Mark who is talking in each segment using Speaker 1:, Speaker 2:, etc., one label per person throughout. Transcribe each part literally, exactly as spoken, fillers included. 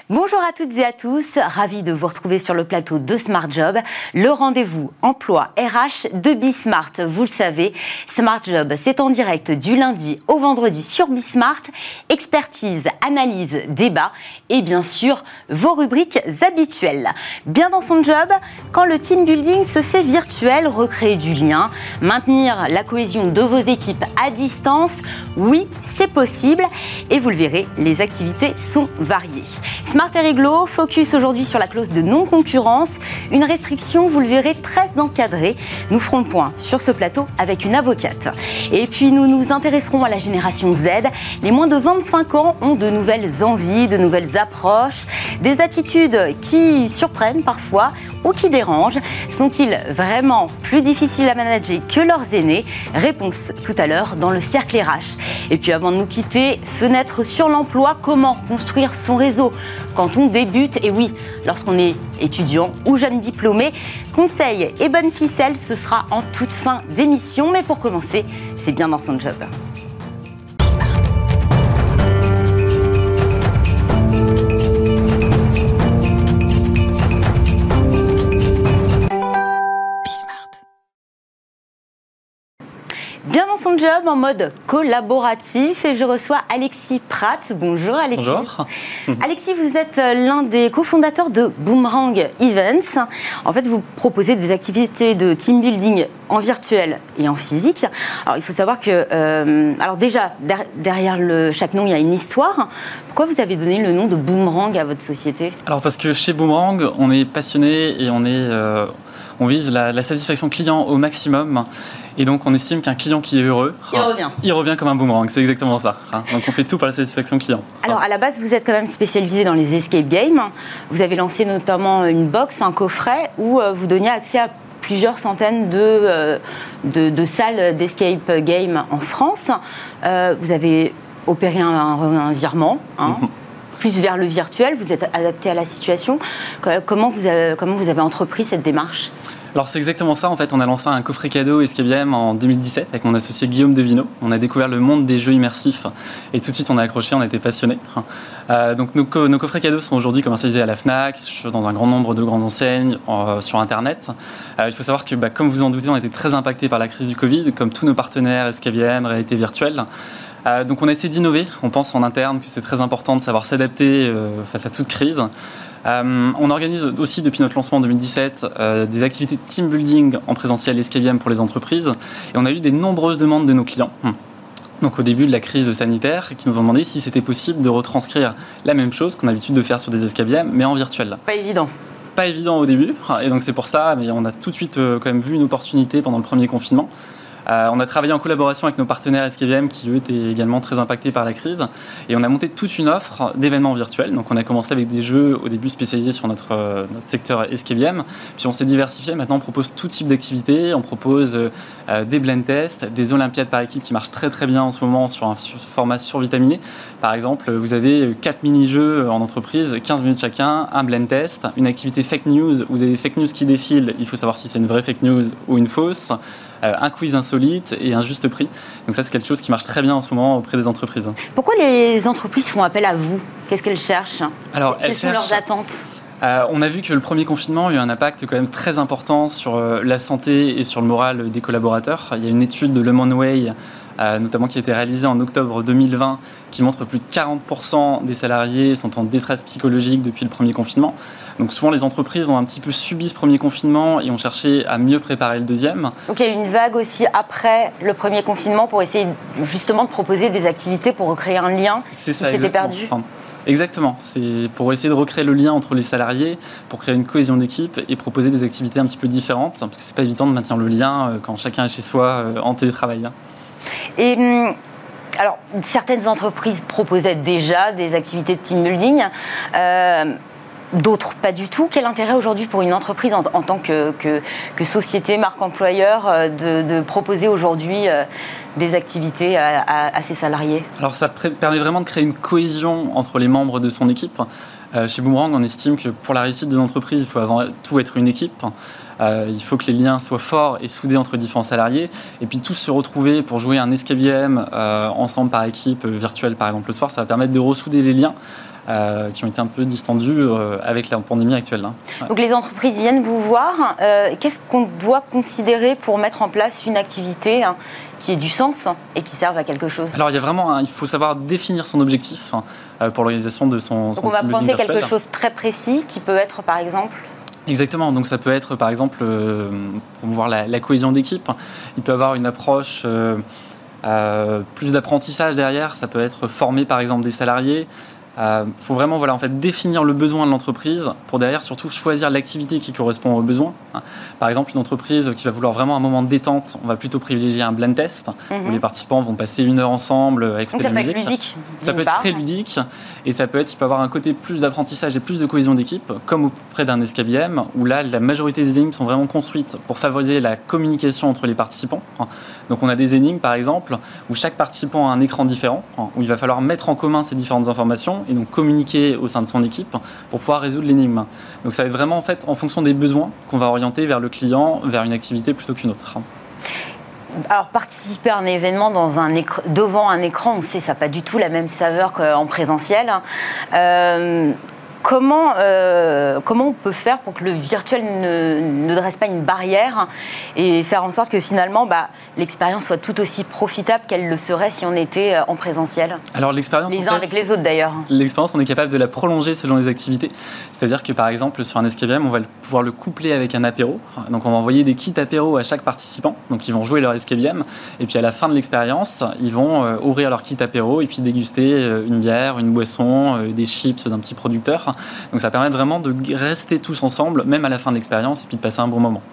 Speaker 1: Bonjour à toutes et à tous, ravi de vous retrouver sur le plateau de Smart Job, le rendez-vous emploi R H de Bismart. Vous le savez, Smart Job, c'est en direct du lundi au vendredi sur Bismart, expertise, analyse, débat et bien sûr vos rubriques habituelles. Bien dans son job, quand le team building se fait virtuel, recréer du lien, maintenir la cohésion de vos équipes à distance, oui, c'est possible et vous le verrez, les activités sont variées. Smart et réglo, focus aujourd'hui sur la clause de non-concurrence, une restriction, vous le verrez, très encadrée. Nous ferons le point sur ce plateau avec une avocate. Et puis nous nous intéresserons à la génération Z. Les moins de vingt-cinq ans ont de nouvelles envies, de nouvelles approches, des attitudes qui surprennent parfois ou qui dérangent. Sont-ils vraiment plus difficiles à manager que leurs aînés? Réponse tout à l'heure dans le cercle R H. Et puis avant de nous quitter, fenêtre sur l'emploi, comment construire son réseau quand on débute, et oui, lorsqu'on est étudiant ou jeune diplômé. Conseils et bonnes ficelles, ce sera en toute fin d'émission. Mais pour commencer, c'est bien dans son job. Bien dans son job, en mode collaboratif, et je reçois Alexis Pratt. Bonjour Alexis.
Speaker 2: Bonjour.
Speaker 1: Alexis, vous êtes l'un des cofondateurs de Boomerang Events. En fait, vous proposez des activités de team building en virtuel et en physique. Alors, il faut savoir que, euh, alors déjà, der- derrière le, chaque nom, il y a une histoire. Pourquoi vous avez donné le nom de Boomerang à votre société?
Speaker 2: Alors parce que chez Boomerang, on est passionné et on est, euh, on vise la, la satisfaction client au maximum. Et donc, on estime qu'un client qui est heureux,
Speaker 1: il revient.
Speaker 2: Il revient comme un boomerang, c'est exactement ça. Donc, on fait tout pour la satisfaction client.
Speaker 1: Alors, à la base, vous êtes quand même spécialisé dans les escape games. Vous avez lancé notamment une box, un coffret, où vous donniez accès à plusieurs centaines de, euh, de, de salles d'escape game en France. Euh, vous avez opéré un, un, un virement, hein, mm-hmm. plus vers le virtuel. Vous êtes adapté à la situation. Comment vous avez, comment vous avez entrepris cette démarche ?
Speaker 2: Alors c'est exactement ça, en fait on a lancé un coffret cadeau Escape Game en deux mille dix-sept avec mon associé Guillaume Devino. On a découvert le monde des jeux immersifs et tout de suite on a accroché, on a été passionnés. Euh, donc nos, co- nos coffrets cadeaux sont aujourd'hui commercialisés à la Fnac, dans un grand nombre de grandes enseignes, euh, sur internet. Euh, il faut savoir que bah, comme vous en doutez, on a été très impactés par la crise du Covid, comme tous nos partenaires Escape Game, réalité virtuelle. Euh, donc on a essayé d'innover, on pense en interne que c'est très important de savoir s'adapter euh, face à toute crise. Euh, on organise aussi depuis notre lancement en deux mille dix-sept euh, des activités de team building en présentiel Escape Game pour les entreprises et on a eu des nombreuses demandes de nos clients. Donc au début de la crise sanitaire, qui nous ont demandé si c'était possible de retranscrire la même chose qu'on a l'habitude de faire sur des Escape Games, mais en virtuel.
Speaker 1: Pas évident.
Speaker 2: Pas évident au début, et donc c'est pour ça, mais on a tout de suite euh, quand même vu une opportunité pendant le premier confinement. Euh, on a travaillé en collaboration avec nos partenaires Escape Game qui eux étaient également très impactés par la crise et on a monté toute une offre d'événements virtuels. Donc on a commencé avec des jeux au début spécialisés sur notre, euh, notre secteur Escape Game, puis on s'est diversifié. Maintenant on propose tout type d'activités, on propose euh, des blind tests, des olympiades par équipe qui marchent très très bien en ce moment sur un sur, format survitaminé. Par exemple, vous avez quatre mini-jeux en entreprise, quinze minutes chacun, un blind test, une activité fake news, vous avez des fake news qui défilent, il faut savoir si c'est une vraie fake news ou une fausse. Un quiz insolite et un juste prix. Donc ça, c'est quelque chose qui marche très bien en ce moment auprès des entreprises.
Speaker 1: Pourquoi les entreprises font appel à vous? Qu'est-ce qu'elles cherchent?
Speaker 2: Alors,
Speaker 1: Quelles
Speaker 2: elles
Speaker 1: sont
Speaker 2: cherchent...
Speaker 1: leurs attentes?
Speaker 2: Euh, on a vu que le premier confinement a eu un impact quand même très important sur euh, la santé et sur le moral des collaborateurs. Il y a une étude de Lemonway, euh, notamment qui a été réalisée en octobre deux mille vingt, qui montre que plus de quarante pour cent des salariés sont en détresse psychologique depuis le premier confinement. Donc souvent les entreprises ont un petit peu subi ce premier confinement et ont cherché à mieux préparer le deuxième.
Speaker 1: Donc il y a eu une vague aussi après le premier confinement pour essayer justement de proposer des activités pour recréer un lien
Speaker 2: c'est
Speaker 1: qui
Speaker 2: ça,
Speaker 1: s'était perdu.
Speaker 2: Enfin, exactement, c'est pour essayer de recréer le lien entre les salariés, pour créer une cohésion d'équipe et proposer des activités un petit peu différentes, parce que c'est pas évident de maintenir le lien quand chacun est chez soi en télétravail.
Speaker 1: Et alors certaines entreprises proposaient déjà des activités de team building. Euh, D'autres, pas du tout. Quel intérêt aujourd'hui pour une entreprise en, en tant que, que, que société, marque employeur, de, de proposer aujourd'hui euh, des activités à, à, à ses salariés?
Speaker 2: Alors ça pré- permet vraiment de créer une cohésion entre les membres de son équipe. Euh, chez Boomerang, on estime que pour la réussite de l'entreprise, il faut avant tout être une équipe. Euh, il faut que les liens soient forts et soudés entre différents salariés. Et puis tous se retrouver pour jouer un escape game euh, ensemble par équipe, euh, virtuelle par exemple le soir, ça va permettre de ressouder les liens. euh, qui ont été un peu distendues euh, avec la pandémie actuelle. Hein. Ouais.
Speaker 1: Donc les entreprises viennent vous voir. Euh, qu'est-ce qu'on doit considérer pour mettre en place une activité hein, qui ait du sens et qui serve à quelque chose?
Speaker 2: Alors il y a vraiment, un, il faut savoir définir son objectif hein, pour l'organisation de son, son
Speaker 1: Donc on va
Speaker 2: team building
Speaker 1: pointer
Speaker 2: virtuel.
Speaker 1: quelque chose de très précis qui peut être par exemple.
Speaker 2: Exactement, donc ça peut être par exemple euh, promouvoir la, la cohésion d'équipe. Il peut avoir une approche euh, euh, plus d'apprentissage derrière, ça peut être former par exemple des salariés. Il euh, faut vraiment voilà, en fait, définir le besoin de l'entreprise pour derrière surtout choisir l'activité qui correspond aux besoins. Par exemple, une entreprise qui va vouloir vraiment un moment de détente, on va plutôt privilégier un blind test mm-hmm. où les participants vont passer une heure ensemble à écouter de la musique.
Speaker 1: Ça peut être ludique.
Speaker 2: Ça peut être très ludique et ça peut être, il peut avoir un côté plus d'apprentissage et plus de cohésion d'équipe, comme auprès d'un escape game où là, la majorité des énigmes sont vraiment construites pour favoriser la communication entre les participants. Donc on a des énigmes par exemple où chaque participant a un écran différent, où il va falloir mettre en commun ces différentes informations et donc communiquer au sein de son équipe pour pouvoir résoudre l'énigme. Donc ça va être vraiment en fait en fonction des besoins qu'on va orienter vers le client, vers une activité plutôt qu'une autre.
Speaker 1: Alors participer à un événement dans un écr- devant un écran, on sait ça n'a pas du tout la même saveur qu'en présentiel. Euh, Comment, euh, comment on peut faire pour que le virtuel ne, ne dresse pas une barrière et faire en sorte que finalement bah, l'expérience soit tout aussi profitable qu'elle le serait si on était en présentiel?
Speaker 2: Alors l'expérience,
Speaker 1: les uns
Speaker 2: en fait,
Speaker 1: avec les autres d'ailleurs.
Speaker 2: L'expérience, on est capable de la prolonger selon les activités. C'est-à-dire que par exemple sur un escape game, on va pouvoir le coupler avec un apéro. Donc on va envoyer des kits apéro à chaque participant. Donc ils vont jouer leur escape game et puis à la fin de l'expérience, ils vont euh, ouvrir leur kit apéro et puis déguster euh, une bière, une boisson, euh, des chips d'un petit producteur. Donc ça permet vraiment de rester tous ensemble, même à la fin de l'expérience, et puis de passer un bon moment.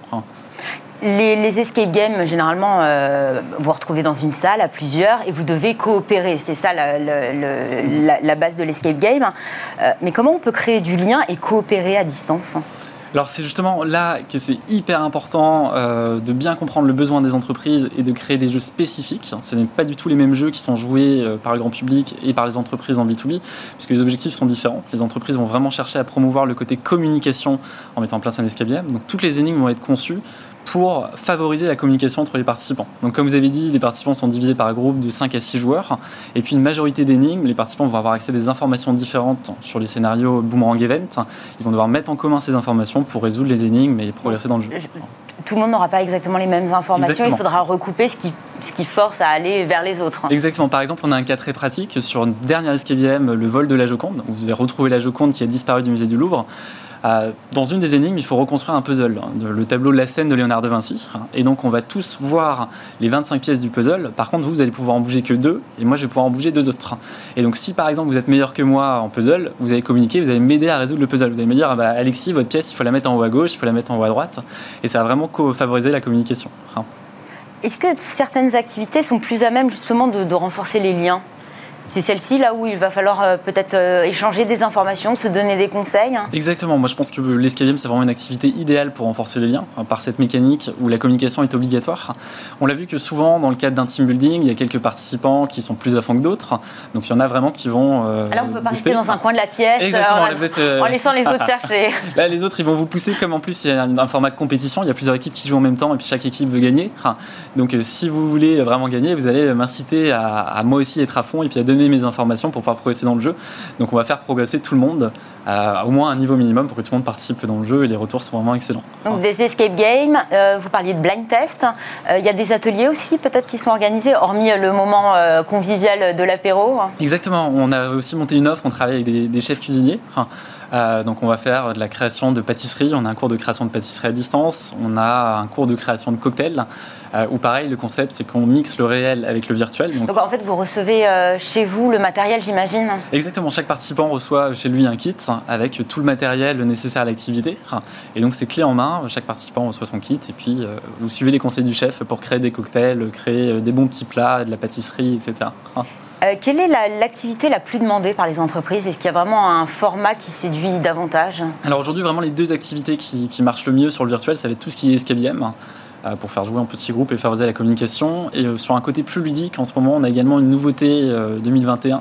Speaker 1: Les, les escape games, généralement, euh, vous vous retrouvez dans une salle à plusieurs et vous devez coopérer. C'est ça la, la, la, la base de l'escape game. Euh, mais comment on peut créer du lien et coopérer à distance ?
Speaker 2: Alors c'est justement là que c'est hyper important euh, de bien comprendre le besoin des entreprises et de créer des jeux spécifiques. Ce n'est pas du tout les mêmes jeux qui sont joués euh, par le grand public et par les entreprises en B deux B, puisque les objectifs sont différents. Les entreprises vont vraiment chercher à promouvoir le côté communication en mettant en place un escape game. Donc toutes les énigmes vont être conçues pour favoriser la communication entre les participants. Donc comme vous avez dit, les participants sont divisés par groupe de cinq à six joueurs, et puis une majorité d'énigmes, les participants vont avoir accès à des informations différentes sur les scénarios Boomerang Event. Ils vont devoir mettre en commun ces informations pour résoudre les énigmes et progresser dans le jeu.
Speaker 1: Tout le monde n'aura pas exactement les mêmes informations,
Speaker 2: Exactement.
Speaker 1: Il faudra recouper ce qui, ce qui force à aller vers les autres.
Speaker 2: Exactement. Par exemple, on a un cas très pratique sur une dernière escape game, le vol de la Joconde. Vous devez retrouver la Joconde qui a disparu du musée du Louvre. Euh, dans une des énigmes, il faut reconstruire un puzzle, hein, le tableau de la scène de Léonard de Vinci. Hein, et donc, on va tous voir les vingt-cinq pièces du puzzle. Par contre, vous, vous allez pouvoir en bouger que deux, et moi, je vais pouvoir en bouger deux autres. Et donc, si par exemple, vous êtes meilleur que moi en puzzle, vous allez communiquer, vous allez m'aider à résoudre le puzzle. Vous allez me dire, ah bah, Alexis, votre pièce, il faut la mettre en haut à gauche, il faut la mettre en haut à droite. Et ça va vraiment co- favoriser la communication. Hein.
Speaker 1: Est-ce que certaines activités sont plus à même justement de, de renforcer les liens ? C'est celle-ci là où il va falloir euh, peut-être euh, échanger des informations, se donner des conseils.
Speaker 2: Exactement, moi je pense que l'escape game c'est vraiment une activité idéale pour renforcer les liens, hein, par cette mécanique où la communication est obligatoire. On l'a vu que souvent dans le cadre d'un team building, il y a quelques participants qui sont plus à fond que d'autres, donc il y en a vraiment qui vont euh,
Speaker 1: Là on peut pas
Speaker 2: booster.
Speaker 1: rester dans un coin de la pièce
Speaker 2: Exactement,
Speaker 1: euh,
Speaker 2: vous êtes, euh...
Speaker 1: en laissant les autres chercher.
Speaker 2: Là les autres ils vont vous pousser, comme en plus il y a un, un format de compétition, il y a plusieurs équipes qui jouent en même temps et puis chaque équipe veut gagner. Donc euh, si vous voulez vraiment gagner, vous allez m'inciter à, à moi aussi être à fond et puis à donner mes informations pour pouvoir progresser dans le jeu. Donc on va faire progresser tout le monde à au moins un niveau minimum pour que tout le monde participe dans le jeu et les retours sont vraiment excellents.
Speaker 1: Donc des escape games, euh, vous parliez de blind test, il euh, y a des ateliers aussi peut-être qui sont organisés, hormis le moment euh, convivial de l'apéro.
Speaker 2: Exactement, on a aussi monté une offre, on travaille avec des, des chefs cuisiniers. Enfin, Euh, donc on va faire de la création de pâtisserie, on a un cours de création de pâtisserie à distance, on a un cours de création de cocktails, euh, où pareil le concept c'est qu'on mixe le réel avec le virtuel.
Speaker 1: Donc, donc en fait vous recevez euh, chez vous le matériel j'imagine ?
Speaker 2: Exactement, chaque participant reçoit chez lui un kit avec tout le matériel nécessaire à l'activité. Et donc c'est clé en main, chaque participant reçoit son kit et puis euh, vous suivez les conseils du chef pour créer des cocktails, créer des bons petits plats, de la pâtisserie, et cetera.
Speaker 1: Euh, quelle est la, l'activité la plus demandée par les entreprises ? Est-ce qu'il y a vraiment un format qui séduit davantage ?
Speaker 2: Alors aujourd'hui, vraiment les deux activités qui, qui marchent le mieux sur le virtuel, ça va être tout ce qui est escape game, euh, pour faire jouer en petits groupes et favoriser la communication. Et euh, sur un côté plus ludique, en ce moment, on a également une nouveauté euh, deux mille vingt et un,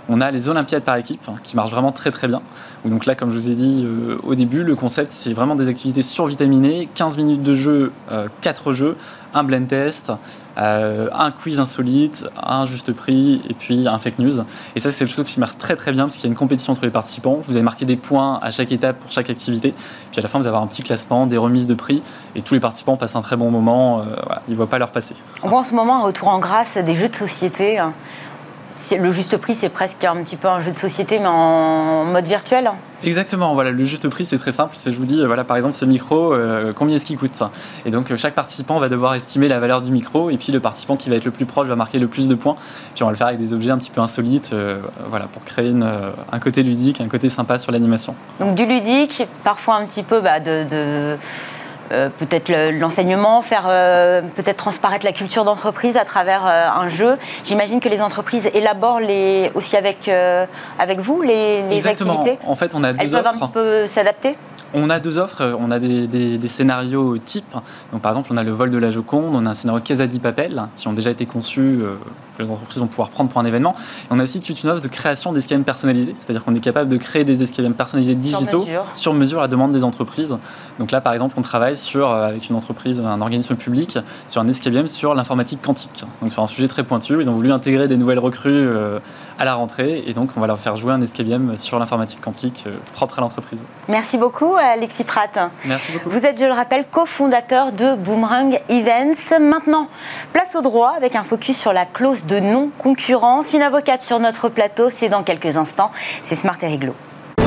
Speaker 2: On a les Olympiades par équipe hein, qui marchent vraiment très très bien. Donc là, comme je vous ai dit euh, au début, le concept, c'est vraiment des activités survitaminées, quinze minutes de jeu, euh, quatre jeux, un blend test, euh, un quiz insolite, un juste prix et puis un fake news. Et ça, c'est quelque chose qui marche très très bien parce qu'il y a une compétition entre les participants. Vous avez marqué des points à chaque étape pour chaque activité. Puis à la fin, vous allez avoir un petit classement, des remises de prix et tous les participants passent un très bon moment. Euh, voilà, ils ne voient pas leur passer.
Speaker 1: On voit en ce moment un retour en grâce des jeux de société. C'est, le juste prix, c'est presque un petit peu un jeu de société, mais en mode virtuel.
Speaker 2: Exactement, voilà, le juste prix, c'est très simple. C'est, je vous dis, voilà, par exemple, ce micro, euh, combien est-ce qu'il coûte ça ? Et donc, chaque participant va devoir estimer la valeur du micro, et puis le participant qui va être le plus proche va marquer le plus de points. Puis on va le faire avec des objets un petit peu insolites, euh, voilà, pour créer une, euh, un côté ludique, un côté sympa sur l'animation.
Speaker 1: Donc du ludique, parfois un petit peu bah, de... de... Euh, peut-être le, l'enseignement, faire euh, peut-être transparaître la culture d'entreprise à travers euh, un jeu. J'imagine que les entreprises élaborent les, aussi avec, euh, avec vous les, les activités.
Speaker 2: En fait, on a deux
Speaker 1: Elles peuvent
Speaker 2: offres.
Speaker 1: un petit peu s'adapter.
Speaker 2: On a deux offres, on a des, des, des scénarios types. Donc, par exemple, on a le vol de la Joconde, on a un scénario Casa di Papel qui ont déjà été conçus, euh, que les entreprises vont pouvoir prendre pour un événement. Et on a aussi toute une offre de création d'escape personnalisés, c'est-à-dire qu'on est capable de créer des escape personnalisés digitaux
Speaker 1: sur mesure.
Speaker 2: sur mesure à la demande des entreprises. Donc là, par exemple, on travaille sur, avec une entreprise, un organisme public, sur un escape sur l'informatique quantique. Donc sur un sujet très pointu, ils ont voulu intégrer des nouvelles recrues euh, à la rentrée, et donc on va leur faire jouer un escape sur l'informatique quantique euh, propre à l'entreprise.
Speaker 1: Merci beaucoup, Alexis Pratt.
Speaker 2: Merci beaucoup.
Speaker 1: Vous êtes, je le rappelle, cofondateur de Boomerang Events. Maintenant, place au droit avec un focus sur la clause de non-concurrence. Une avocate sur notre plateau, c'est dans quelques instants. C'est Smart et Réglo.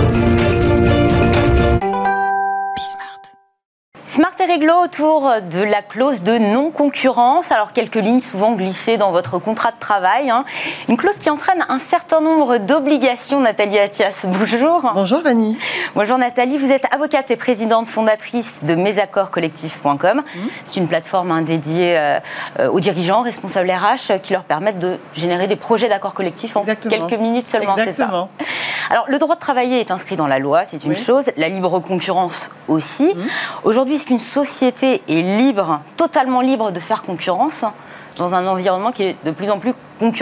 Speaker 1: Smart et Réglo autour de la clause de non-concurrence. Alors, quelques lignes souvent glissées dans votre contrat de travail. Hein. Une clause qui entraîne un certain nombre d'obligations. Nathalie Attias, bonjour.
Speaker 3: Bonjour Vanny.
Speaker 1: Bonjour Nathalie, vous êtes avocate et présidente fondatrice de mes accords collectifs point com. Mmh. C'est une plateforme hein, dédiée euh, aux dirigeants, responsables R H, qui leur permettent de générer des projets d'accords collectifs en Exactement. quelques minutes seulement.
Speaker 3: Exactement.
Speaker 1: C'est ça. Alors, le droit de travailler est inscrit dans la loi, c'est une oui. chose. La libre concurrence aussi. Mmh. Aujourd'hui, est-ce qu'une société est libre, totalement libre de faire concurrence dans un environnement qui est de plus en plus concurrentiel ?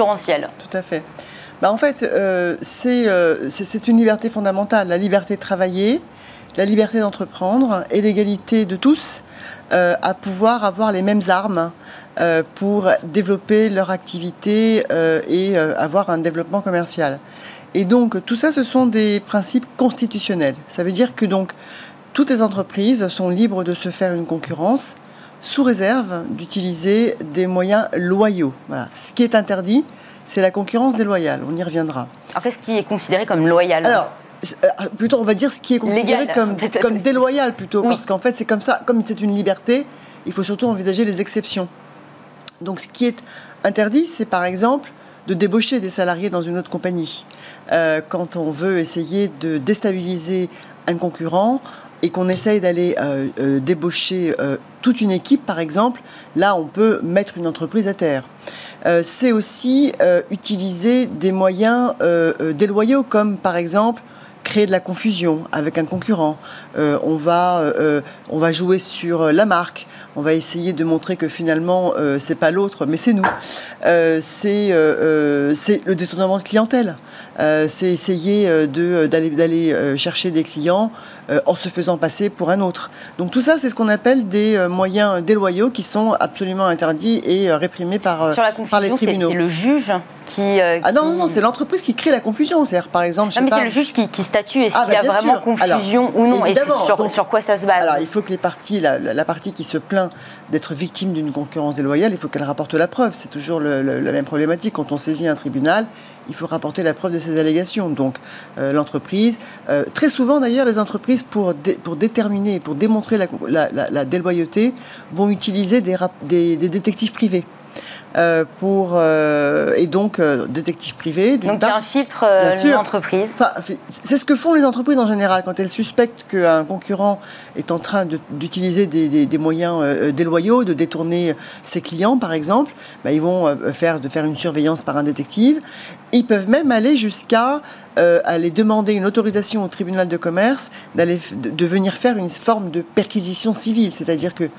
Speaker 3: Tout à fait. Bah, en fait, euh, c'est, euh, c'est, c'est une liberté fondamentale. La liberté de travailler, la liberté d'entreprendre et l'égalité de tous euh, à pouvoir avoir les mêmes armes euh, pour développer leur activité euh, et euh, avoir un développement commercial. Et donc, tout ça, ce sont des principes constitutionnels. Ça veut dire que donc, toutes les entreprises sont libres de se faire une concurrence sous réserve d'utiliser des moyens loyaux. Voilà. Ce qui est interdit, c'est la concurrence déloyale. On y reviendra.
Speaker 1: Alors, qu'est-ce qui est considéré comme loyal ?
Speaker 3: Alors, plutôt, on va dire ce qui est considéré Légal, comme, comme déloyal, plutôt. Oui. Parce qu'en fait, c'est comme ça. Comme c'est une liberté, il faut surtout envisager les exceptions. Donc, ce qui est interdit, c'est par exemple de débaucher des salariés dans une autre compagnie. Euh, quand on veut essayer de déstabiliser un concurrent et qu'on essaye d'aller euh, euh, débaucher euh, toute une équipe, par exemple, là, on peut mettre une entreprise à terre. Euh, c'est aussi euh, utiliser des moyens euh, euh, déloyaux, comme, par exemple, créer de la confusion avec un concurrent. Euh, on va, euh, on va jouer sur la marque. On va essayer de montrer que finalement, euh, c'est pas l'autre, mais c'est nous. Euh, c'est, euh, c'est le détournement de clientèle. Euh, c'est essayer de, d'aller, d'aller chercher des clients euh, en se faisant passer pour un autre. Donc tout ça, c'est ce qu'on appelle des moyens déloyaux qui sont absolument interdits et réprimés par,
Speaker 1: Sur la
Speaker 3: par les tribunaux.
Speaker 1: C'est, c'est le juge qui, euh,
Speaker 3: Ah non,
Speaker 1: qui...
Speaker 3: non, non, c'est l'entreprise qui crée la confusion. C'est-à-dire, par exemple, je
Speaker 1: non,
Speaker 3: sais
Speaker 1: mais
Speaker 3: pas...
Speaker 1: c'est le juge qui, qui statue. Est-ce
Speaker 3: ah,
Speaker 1: qu'il
Speaker 3: bah,
Speaker 1: y a vraiment
Speaker 3: sûr.
Speaker 1: confusion
Speaker 3: alors,
Speaker 1: ou non ? Et c'est sur,
Speaker 3: donc,
Speaker 1: sur quoi ça se base ?
Speaker 3: Alors, il faut que les parties, la, la, la partie qui se plaint d'être victime d'une concurrence déloyale, il faut qu'elle rapporte la preuve. C'est toujours le, le, la même problématique. Quand on saisit un tribunal, il faut rapporter la preuve de ces allégations. Donc, euh, l'entreprise, euh, très souvent d'ailleurs, les entreprises, pour, dé, pour déterminer, pour démontrer la, la, la, la déloyauté, vont utiliser des, des, des détectives privés. Euh, pour, euh, et donc, euh, détective privé.
Speaker 1: Donc, il y a un filtre euh, de l'entreprise.
Speaker 3: Enfin, c'est ce que font les entreprises en général. Quand elles suspectent qu'un concurrent est en train de, d'utiliser des, des, des moyens euh, déloyaux, de détourner ses clients, par exemple, bah, ils vont euh, faire, de faire une surveillance par un détective. Ils peuvent même aller jusqu'à euh, aller demander une autorisation au tribunal de commerce d'aller, de, de venir faire une forme de perquisition civile. C'est-à-dire que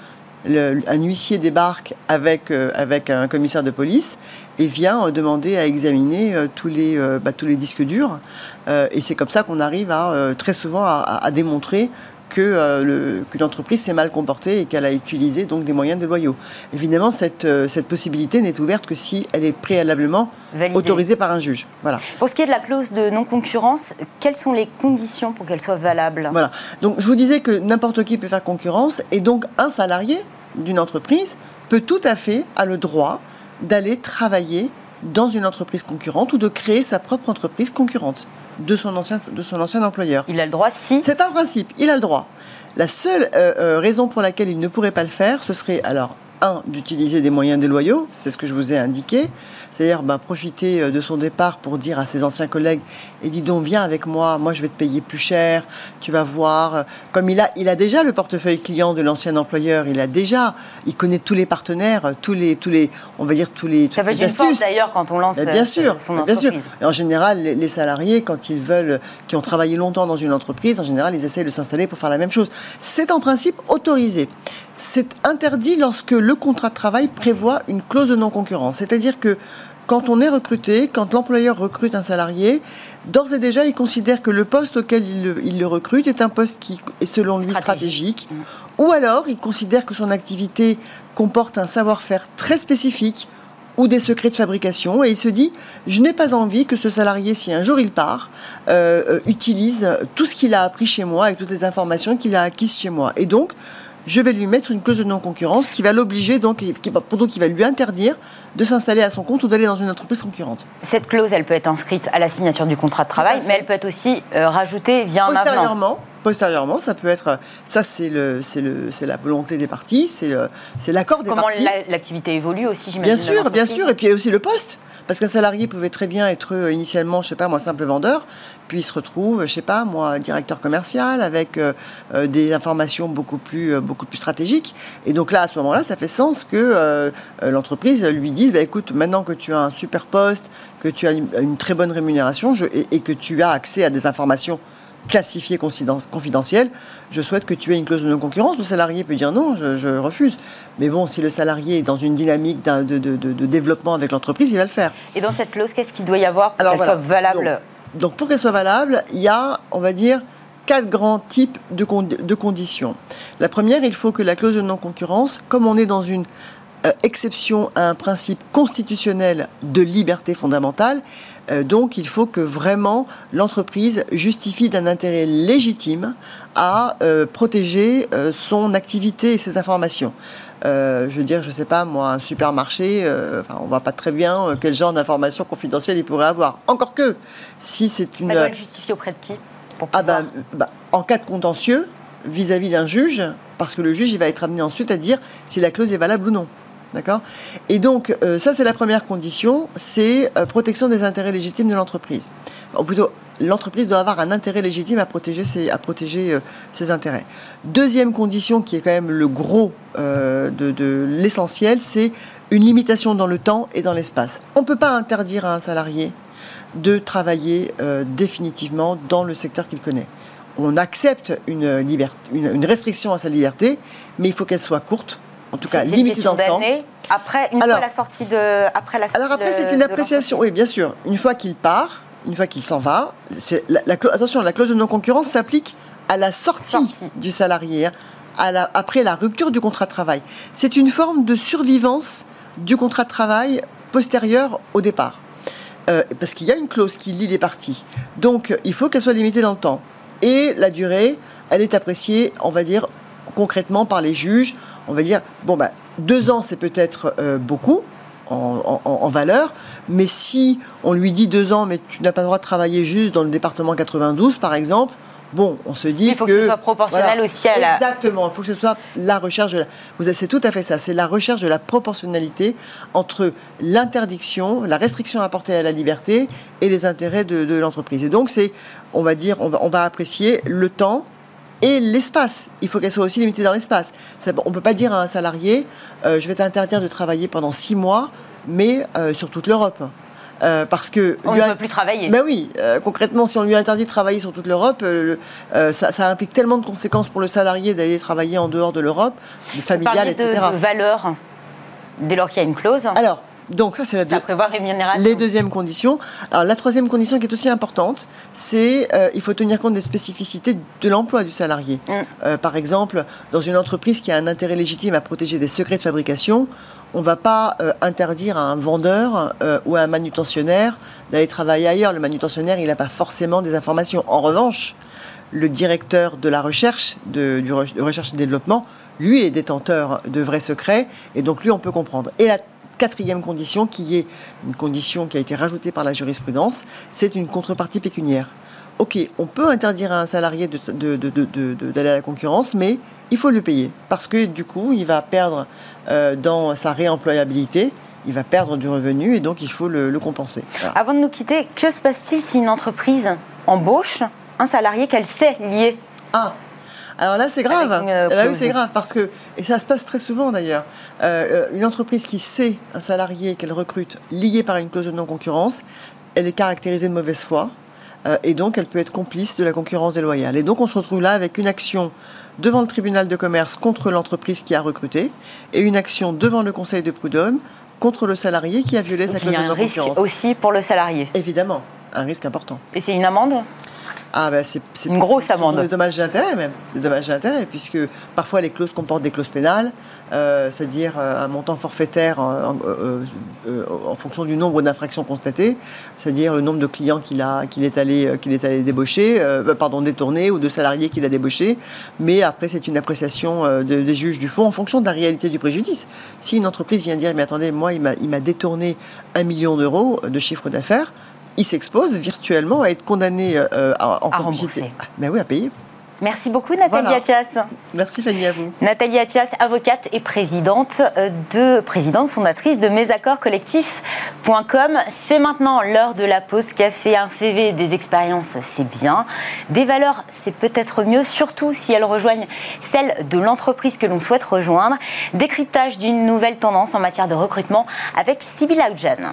Speaker 3: le, un huissier débarque avec, euh, avec un commissaire de police et vient euh, demander à examiner euh, tous, les, euh, bah, tous les disques durs. Euh, et c'est comme ça qu'on arrive à, euh, très souvent à, à, à démontrer que, euh, le, que l'entreprise s'est mal comportée et qu'elle a utilisé donc des moyens déloyaux. Évidemment, cette, euh, cette possibilité n'est ouverte que si elle est préalablement validée, autorisée par un juge. Voilà.
Speaker 1: Pour ce qui est de la clause de non-concurrence, quelles sont les conditions pour qu'elle soit valable ?
Speaker 3: Voilà. Donc, je vous disais que n'importe qui peut faire concurrence et donc un salarié d'une entreprise peut tout à fait avoir le droit d'aller travailler dans une entreprise concurrente ou de créer sa propre entreprise concurrente de son ancien, de son ancien employeur.
Speaker 1: Il a le droit si...
Speaker 3: C'est un principe, il a le droit. La seule euh, euh, raison pour laquelle il ne pourrait pas le faire, ce serait alors, un, d'utiliser des moyens déloyaux, c'est ce que je vous ai indiqué, c'est-à-dire ben, profiter de son départ pour dire à ses anciens collègues « Et dis donc, viens avec moi, moi je vais te payer plus cher, tu vas voir. » Comme il a, il a déjà le portefeuille client de l'ancien employeur, il a déjà, il connaît tous les partenaires, tous les, tous les on va dire tous les, toutes
Speaker 1: ça
Speaker 3: les
Speaker 1: astuces. Ça fait une force d'ailleurs quand on lance
Speaker 3: ben, bien sûr,
Speaker 1: son
Speaker 3: ben,
Speaker 1: entreprise.
Speaker 3: Bien sûr. Et en général, les, les salariés, quand ils veulent, qui ont travaillé longtemps dans une entreprise, en général, ils essayent de s'installer pour faire la même chose. C'est en principe autorisé. C'est interdit lorsque le contrat de travail prévoit une clause de non-concurrence. C'est-à-dire que quand on est recruté, quand l'employeur recrute un salarié, d'ores et déjà, il considère que le poste auquel il le, il le recrute est un poste qui est selon lui stratégique. stratégique. Mmh. Ou alors, il considère que son activité comporte un savoir-faire très spécifique ou des secrets de fabrication, et il se dit, je n'ai pas envie que ce salarié, si un jour il part, euh, euh, utilise tout ce qu'il a appris chez moi, avec toutes les informations qu'il a acquises chez moi. Et donc, je vais lui mettre une clause de non-concurrence qui va l'obliger, donc, qui, donc qui va lui interdire de s'installer à son compte ou d'aller dans une entreprise concurrente.
Speaker 1: Cette clause, elle peut être inscrite à la signature du contrat de travail, mais elle peut être aussi euh, rajoutée via un avenant.
Speaker 3: Postérieurement, ça peut être... Ça, c'est, le, c'est, le, c'est la volonté des parties, c'est, le, c'est l'accord des
Speaker 1: Comment
Speaker 3: parties.
Speaker 1: Comment la, l'activité évolue aussi, j'imagine.
Speaker 3: Bien sûr, bien sûr. Et puis, il y a aussi le poste. Parce qu'un salarié pouvait très bien être euh, initialement, je sais pas moi, simple vendeur, puis il se retrouve, je sais pas moi, directeur commercial avec euh, euh, des informations beaucoup plus, euh, beaucoup plus stratégiques. Et donc là, à ce moment-là, ça fait sens que euh, l'entreprise lui dise, bah, écoute, maintenant que tu as un super poste, que tu as une, une très bonne rémunération je, et, et que tu as accès à des informations classifiées, confidentielles, je souhaite que tu aies une clause de non-concurrence. Le salarié peut dire non, je, je refuse. Mais bon, si le salarié est dans une dynamique de, de, de, de développement avec l'entreprise, il va le faire.
Speaker 1: Et dans cette clause, qu'est-ce qu'il doit y avoir pour
Speaker 3: Alors,
Speaker 1: qu'elle
Speaker 3: voilà.
Speaker 1: soit valable ?
Speaker 3: donc, donc, pour qu'elle soit valable, il y a, on va dire, quatre grands types de, con- de conditions. La première, il faut que la clause de non-concurrence, comme on est dans une euh, exception à un principe constitutionnel de liberté fondamentale, euh, donc il faut que vraiment l'entreprise justifie d'un intérêt légitime à euh, protéger euh, son activité et ses informations. Euh, je veux dire, je ne sais pas, moi, un supermarché, euh, enfin, on ne voit pas très bien euh, quel genre d'informations confidentielles il pourrait avoir. Encore que, si c'est une...
Speaker 1: Elle doit le justifier auprès de qui pour
Speaker 3: ah ben, bah, en cas de contentieux, vis-à-vis d'un juge, parce que le juge, il va être amené ensuite à dire si la clause est valable ou non. D'accord ? Et donc, euh, ça, c'est la première condition, c'est euh, protection des intérêts légitimes de l'entreprise. Ou plutôt, l'entreprise doit avoir un intérêt légitime à protéger ses, à protéger, euh, ses intérêts. Deuxième condition, qui est quand même le gros euh, de, de l'essentiel, c'est une limitation dans le temps et dans l'espace. On ne peut pas interdire à un salarié de travailler euh, définitivement dans le secteur qu'il connaît. On accepte une, liberté, une, une restriction à sa liberté, mais il faut qu'elle soit courte. En tout cas, limité dans le temps.
Speaker 1: Après, une alors, fois la sortie de, après la sortie
Speaker 3: alors après,
Speaker 1: de,
Speaker 3: c'est une appréciation. Oui, bien sûr. Une fois qu'il part, une fois qu'il s'en va, c'est la, la, attention, la clause de non-concurrence s'applique à la sortie, sortie. du salarié, à la, après la rupture du contrat de travail. C'est une forme de survivance du contrat de travail postérieur au départ, euh, parce qu'il y a une clause qui lie les parties. Donc, il faut qu'elle soit limitée dans le temps. Et la durée, elle est appréciée, on va dire, concrètement par les juges. On va dire, bon, ben, deux ans, c'est peut-être euh, beaucoup en, en, en valeur, mais si on lui dit deux ans, mais tu n'as pas le droit de travailler juste dans le département quatre-vingt-douze, par exemple, bon, on se dit que...
Speaker 1: Il faut que, que ce soit proportionnel voilà, aussi à la...
Speaker 3: Exactement, il faut que ce soit la recherche de la... Vous avez, c'est tout à fait ça, c'est la recherche de la proportionnalité entre l'interdiction, la restriction apportée à la liberté et les intérêts de, de l'entreprise. Et donc, c'est, on va dire, on va, on va apprécier le temps et l'espace. Il faut qu'elle soit aussi limitée dans l'espace. Ça, on ne peut pas dire à un salarié euh, « je vais t'interdire de travailler pendant six mois, mais euh, sur toute l'Europe ». Euh, parce que
Speaker 1: on ne peut plus travailler.
Speaker 3: Ben oui, euh, concrètement, si on lui interdit de travailler sur toute l'Europe, euh, euh, ça, ça implique tellement de conséquences pour le salarié d'aller travailler en dehors de l'Europe, familiale, et cetera.
Speaker 1: De, de valeur dès lors qu'il y a une clause.
Speaker 3: Alors, donc ça c'est la
Speaker 1: ça
Speaker 3: deux...
Speaker 1: prévoit rémunération.
Speaker 3: Les deuxièmes conditions. Alors la troisième condition qui est aussi importante, c'est euh, il faut tenir compte des spécificités de l'emploi du salarié. Mm. Euh, par exemple, dans une entreprise qui a un intérêt légitime à protéger des secrets de fabrication, on ne va pas euh, interdire à un vendeur euh, ou à un manutentionnaire d'aller travailler ailleurs. Le manutentionnaire, il n'a pas forcément des informations. En revanche, le directeur de la recherche, de, du re- de recherche et développement, lui, est détenteur de vrais secrets, et donc lui, on peut comprendre. Et la quatrième condition, qui est une condition qui a été rajoutée par la jurisprudence, c'est une contrepartie pécuniaire. Ok, on peut interdire à un salarié de, de, de, de, de, d'aller à la concurrence, mais il faut le payer, parce que du coup, il va perdre euh, dans sa réemployabilité, il va perdre du revenu, et donc il faut le, le compenser. Voilà.
Speaker 1: Avant de nous quitter, que se passe-t-il si une entreprise embauche un salarié qu'elle sait lié ?
Speaker 3: Ah, alors là, c'est grave. Euh, là, oui, c'est grave, parce que, et ça se passe très souvent d'ailleurs, euh, une entreprise qui sait un salarié qu'elle recrute lié par une clause de non-concurrence, elle est caractérisée de mauvaise foi, euh, et donc elle peut être complice de la concurrence déloyale. Et donc on se retrouve là avec une action devant le tribunal de commerce contre l'entreprise qui a recruté, et une action devant le conseil de prud'homme contre le salarié qui a violé donc sa clause de non-concurrence.
Speaker 1: Il y a un risque aussi pour le salarié.
Speaker 3: Évidemment, un risque important.
Speaker 1: Et c'est une amende ?
Speaker 3: Ah ben c'est, c'est
Speaker 1: une grosse amende.
Speaker 3: Ce sont des dommages d'intérêt même, des dommages d'intérêt, puisque parfois les clauses comportent des clauses pénales, euh, c'est-à-dire euh, un montant forfaitaire en, euh, euh, en fonction du nombre d'infractions constatées, c'est-à-dire le nombre de clients qu'il a, qu'il est allé, qu'il est allé débaucher, euh, pardon détourner, ou de salariés qu'il a débauchés. Mais après c'est une appréciation euh, de, des juges du fond en fonction de la réalité du préjudice. Si une entreprise vient dire mais attendez, moi il m'a, il m'a détourné un million d'euros de chiffre d'affaires, il s'expose virtuellement à être condamné euh, en
Speaker 1: à
Speaker 3: complicité.
Speaker 1: rembourser.
Speaker 3: Ah, ben oui, à payer.
Speaker 1: Merci beaucoup Nathalie
Speaker 3: Voilà.
Speaker 1: Attias.
Speaker 3: Merci Fanny, à vous.
Speaker 1: Nathalie Attias, avocate et présidente de présidente fondatrice de mes accords collectifs point com. C'est maintenant l'heure de la pause café. Un C V, des expériences, c'est bien. Des valeurs, c'est peut-être mieux, surtout si elles rejoignent celles de l'entreprise que l'on souhaite rejoindre. Décryptage d'une nouvelle tendance en matière de recrutement avec Sybille Aoudjan.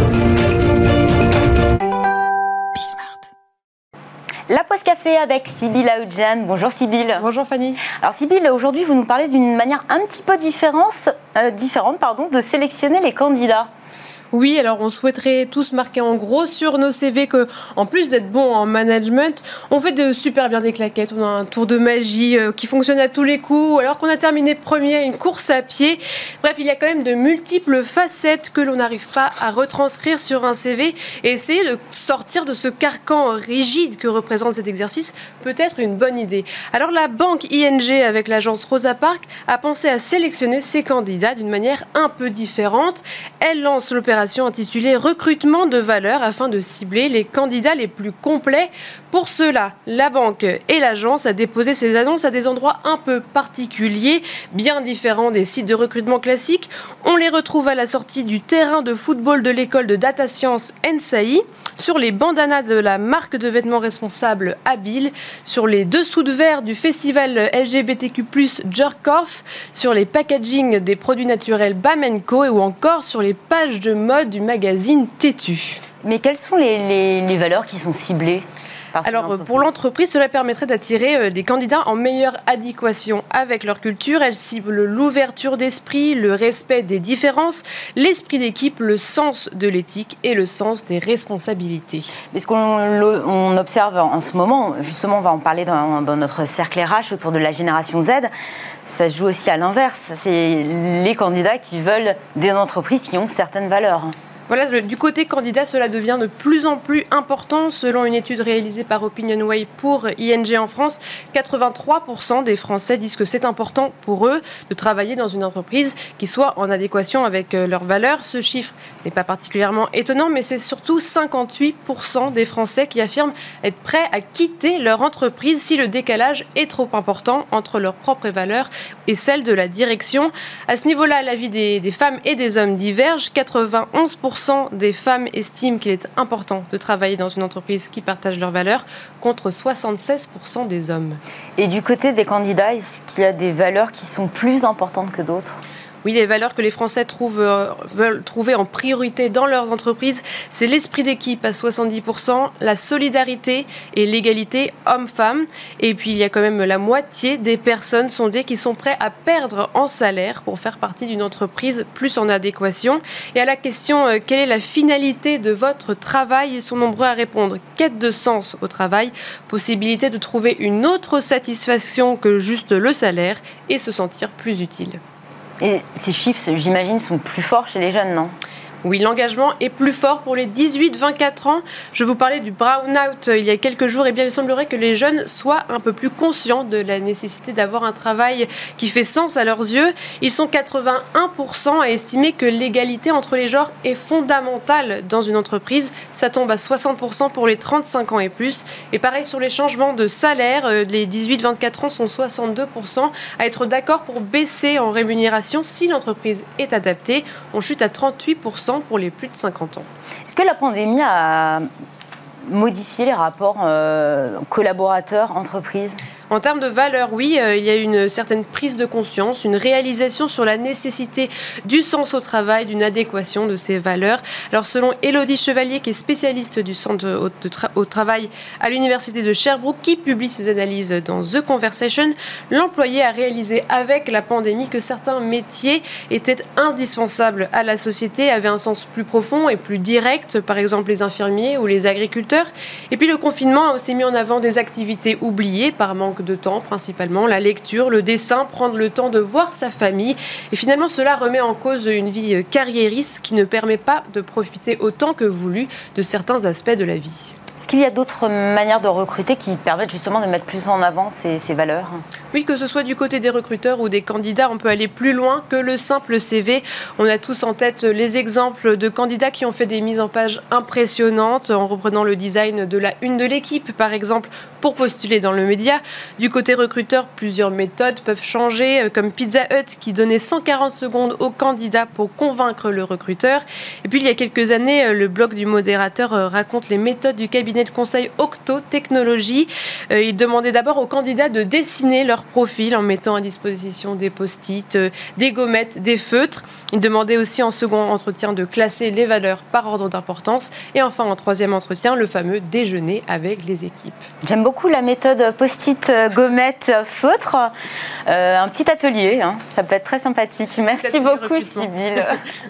Speaker 1: La pause café avec Sybille Aoudjan. Bonjour Sybille.
Speaker 4: Bonjour Fanny.
Speaker 1: Alors Sybille, aujourd'hui vous nous parlez d'une manière un petit peu différente, euh, différente pardon, de sélectionner les candidats.
Speaker 4: Oui, alors on souhaiterait tous marquer en gros sur nos C V que, en plus d'être bon en management, on fait de super bien des claquettes, on a un tour de magie euh, qui fonctionne à tous les coups, alors qu'on a terminé premier à une course à pied. Bref, il y a quand même de multiples facettes que l'on n'arrive pas à retranscrire sur un C V, et essayer de sortir de ce carcan rigide que représente cet exercice peut être une bonne idée. Alors la banque I N G avec l'agence Rosa Parks a pensé à sélectionner ses candidats d'une manière un peu différente. Elle lance l'opération intitulée Recrutement de valeur afin de cibler les candidats les plus complets. Pour cela, la banque et l'agence a déposé ces annonces à des endroits un peu particuliers, bien différents des sites de recrutement classiques. On les retrouve à la sortie du terrain de football de l'école de data science N S A I, sur les bandanas de la marque de vêtements responsable Habile, sur les dessous de verre du festival L G B T Q plus, Jerk Off, sur les packaging des produits naturels Bamenco et ou encore sur les pages de mode du magazine Têtu.
Speaker 1: Mais quelles sont les, les, les valeurs qui sont ciblées ?
Speaker 4: Alors, pour l'entreprise, cela permettrait d'attirer des candidats en meilleure adéquation avec leur culture. Elle cible l'ouverture d'esprit, le respect des différences, l'esprit d'équipe, le sens de l'éthique et le sens des responsabilités.
Speaker 1: Mais ce qu'on on observe en ce moment, justement, on va en parler dans, dans notre cercle R H autour de la génération Z, ça se joue aussi à l'inverse. C'est les candidats qui veulent des entreprises qui ont certaines valeurs.
Speaker 4: Voilà, du côté candidat, cela devient de plus en plus important. Selon une étude réalisée par OpinionWay pour I N G en France, quatre-vingt-trois pour cent des Français disent que c'est important pour eux de travailler dans une entreprise qui soit en adéquation avec leurs valeurs. Ce chiffre n'est pas particulièrement étonnant, mais c'est surtout cinquante-huit pour cent des Français qui affirment être prêts à quitter leur entreprise si le décalage est trop important entre leurs propres valeurs et celles de la direction. À ce niveau-là, l'avis des, des femmes et des hommes diverge. quatre-vingt-onze pour cent des femmes estiment qu'il est important de travailler dans une entreprise qui partage leurs valeurs, contre soixante-seize pour cent des hommes.
Speaker 1: Et du côté des candidats, est-ce qu'il y a des valeurs qui sont plus importantes que d'autres ?
Speaker 4: Oui, les valeurs que les Français trouvent, euh, veulent trouver en priorité dans leurs entreprises, c'est l'esprit d'équipe à soixante-dix pour cent, la solidarité et l'égalité homme-femme. Et puis, il y a quand même la moitié des personnes sondées qui sont prêtes à perdre en salaire pour faire partie d'une entreprise plus en adéquation. Et à la question euh, quelle est la finalité de votre travail, ils sont nombreux à répondre quête de sens au travail, possibilité de trouver une autre satisfaction que juste le salaire et se sentir plus utile.
Speaker 1: Et ces chiffres, j'imagine, sont plus forts chez les jeunes, non ?
Speaker 4: Oui, l'engagement est plus fort pour les dix-huit vingt-quatre ans. Je vous parlais du brown-out il y a quelques jours. Eh bien, il semblerait que les jeunes soient un peu plus conscients de la nécessité d'avoir un travail qui fait sens à leurs yeux. Ils sont quatre-vingt-un pour cent à estimer que l'égalité entre les genres est fondamentale dans une entreprise. Ça tombe à soixante pour cent pour les trente-cinq ans et plus. Et pareil sur les changements de salaire, les dix-huit vingt-quatre ans sont soixante-deux pour cent à être d'accord pour baisser en rémunération si l'entreprise est adaptée. On chute à trente-huit pour cent pour les plus de cinquante ans.
Speaker 1: Est-ce que la pandémie a modifié les rapports euh, collaborateurs-entreprises ?
Speaker 4: En termes de valeur, oui, euh, il y a une certaine prise de conscience, une réalisation sur la nécessité du sens au travail, d'une adéquation de ces valeurs. Alors, selon Élodie Chevalier, qui est spécialiste du centre de, de tra- au travail à l'université de Sherbrooke, qui publie ses analyses dans The Conversation, l'employé a réalisé avec la pandémie que certains métiers étaient indispensables à la société, avaient un sens plus profond et plus direct, par exemple les infirmiers ou les agriculteurs. Et puis, le confinement a aussi mis en avant des activités oubliées par manque de temps, principalement la lecture, le dessin, prendre le temps de voir sa famille. Et finalement, cela remet en cause une vie carriériste qui ne permet pas de profiter autant que voulu de certains aspects de la vie.
Speaker 1: Est-ce qu'il y a d'autres manières de recruter qui permettent justement de mettre plus en avant ces, ces valeurs ?
Speaker 4: Oui, que ce soit du côté des recruteurs ou des candidats, on peut aller plus loin que le simple C V. On a tous en tête les exemples de candidats qui ont fait des mises en page impressionnantes en reprenant le design de la une de l'équipe, par exemple, pour postuler dans le média. Du côté recruteur, plusieurs méthodes peuvent changer, comme Pizza Hut qui donnait cent quarante secondes aux candidats pour convaincre le recruteur. Et puis, il y a quelques années, le blog du modérateur raconte les méthodes du cabinet de conseil Octo Technologies. Euh, il demandait d'abord aux candidats de dessiner leur profil en mettant à disposition des post-it, euh, des gommettes, des feutres. Il demandait aussi en second entretien de classer les valeurs par ordre d'importance. Et enfin, en troisième entretien, le fameux déjeuner avec les équipes.
Speaker 1: J'aime beaucoup la méthode post-it, gommette, feutre. Euh, un petit atelier, hein. Ça peut être très sympathique. Merci beaucoup, Sybille.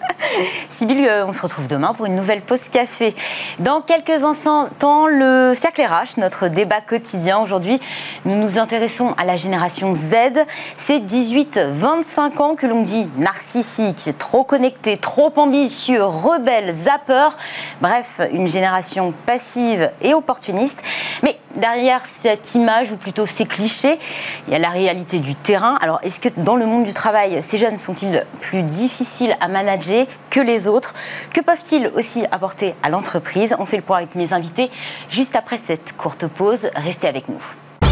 Speaker 1: Sybille, on se retrouve demain pour une nouvelle pause café. Dans quelques instants, le Cercle R H, notre débat quotidien. Aujourd'hui, nous nous intéressons à la génération Z. C'est dix-huit vingt-cinq ans que l'on dit narcissique, trop connecté, trop ambitieux, rebelle, zapper. Bref, une génération passive et opportuniste. Mais derrière cette image, ou plutôt ces clichés, il y a la réalité du terrain. Alors, est-ce que dans le monde du travail, ces jeunes sont-ils plus difficiles à manager que les autres ? Que peuvent-ils aussi apporter à l'entreprise ? On fait le point avec mes invités juste après cette courte pause. Restez avec nous.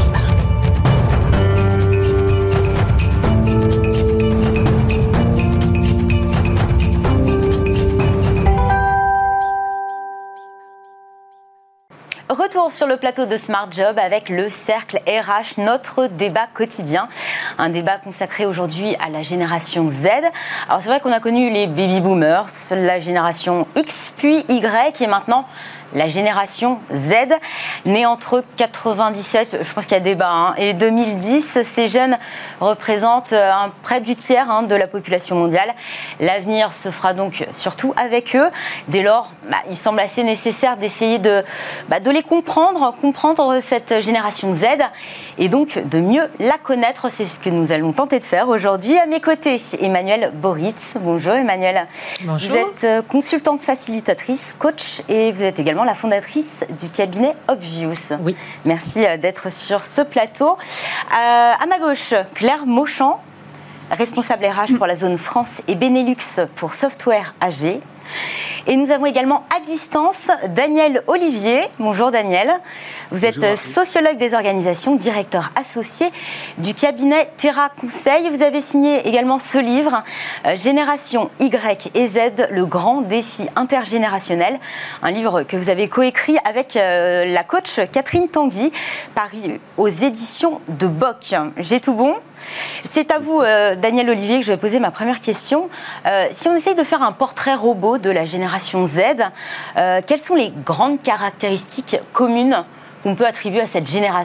Speaker 1: Retour sur le plateau de Smart Job avec le Cercle R H, notre débat quotidien. Un débat consacré aujourd'hui à la génération Z. Alors c'est vrai qu'on a connu les baby boomers, la génération X, puis Y et maintenant la génération Z, née entre quatre-vingt-dix-sept, je pense qu'il y a débat, hein, et deux mille dix. Ces jeunes représentent un, près du tiers hein, de la population mondiale. L'avenir se fera donc surtout avec eux. Dès lors, bah, il semble assez nécessaire d'essayer de, bah, de les comprendre, comprendre cette génération Z, et donc de mieux la connaître. C'est ce que nous allons tenter de faire aujourd'hui. À mes côtés, Emmanuelle Boritz. Bonjour Emmanuelle.
Speaker 5: Bonjour.
Speaker 1: Vous êtes consultante facilitatrice, coach, et vous êtes également la fondatrice du cabinet Obvious.
Speaker 5: Oui.
Speaker 1: Merci d'être sur ce plateau. Euh, à ma gauche, Claire Mauchamp, responsable R H pour la zone France et Benelux pour Software A G. Et nous avons également à distance Daniel Olivier. Bonjour Daniel. Vous êtes Bonjour sociologue des organisations, directeur associé du cabinet Terra Conseil. Vous avez signé également ce livre, euh, Génération Y et Z, le grand défi intergénérationnel. Un livre que vous avez coécrit avec euh, la coach Catherine Tanguy, paru aux éditions de Bock. J'ai tout bon ? C'est à vous, euh, Daniel Olivier, que je vais poser ma première question. Euh, si on essaye de faire un portrait robot de la génération Z, euh, quelles sont les grandes caractéristiques communes qu'on peut attribuer à cette génération ?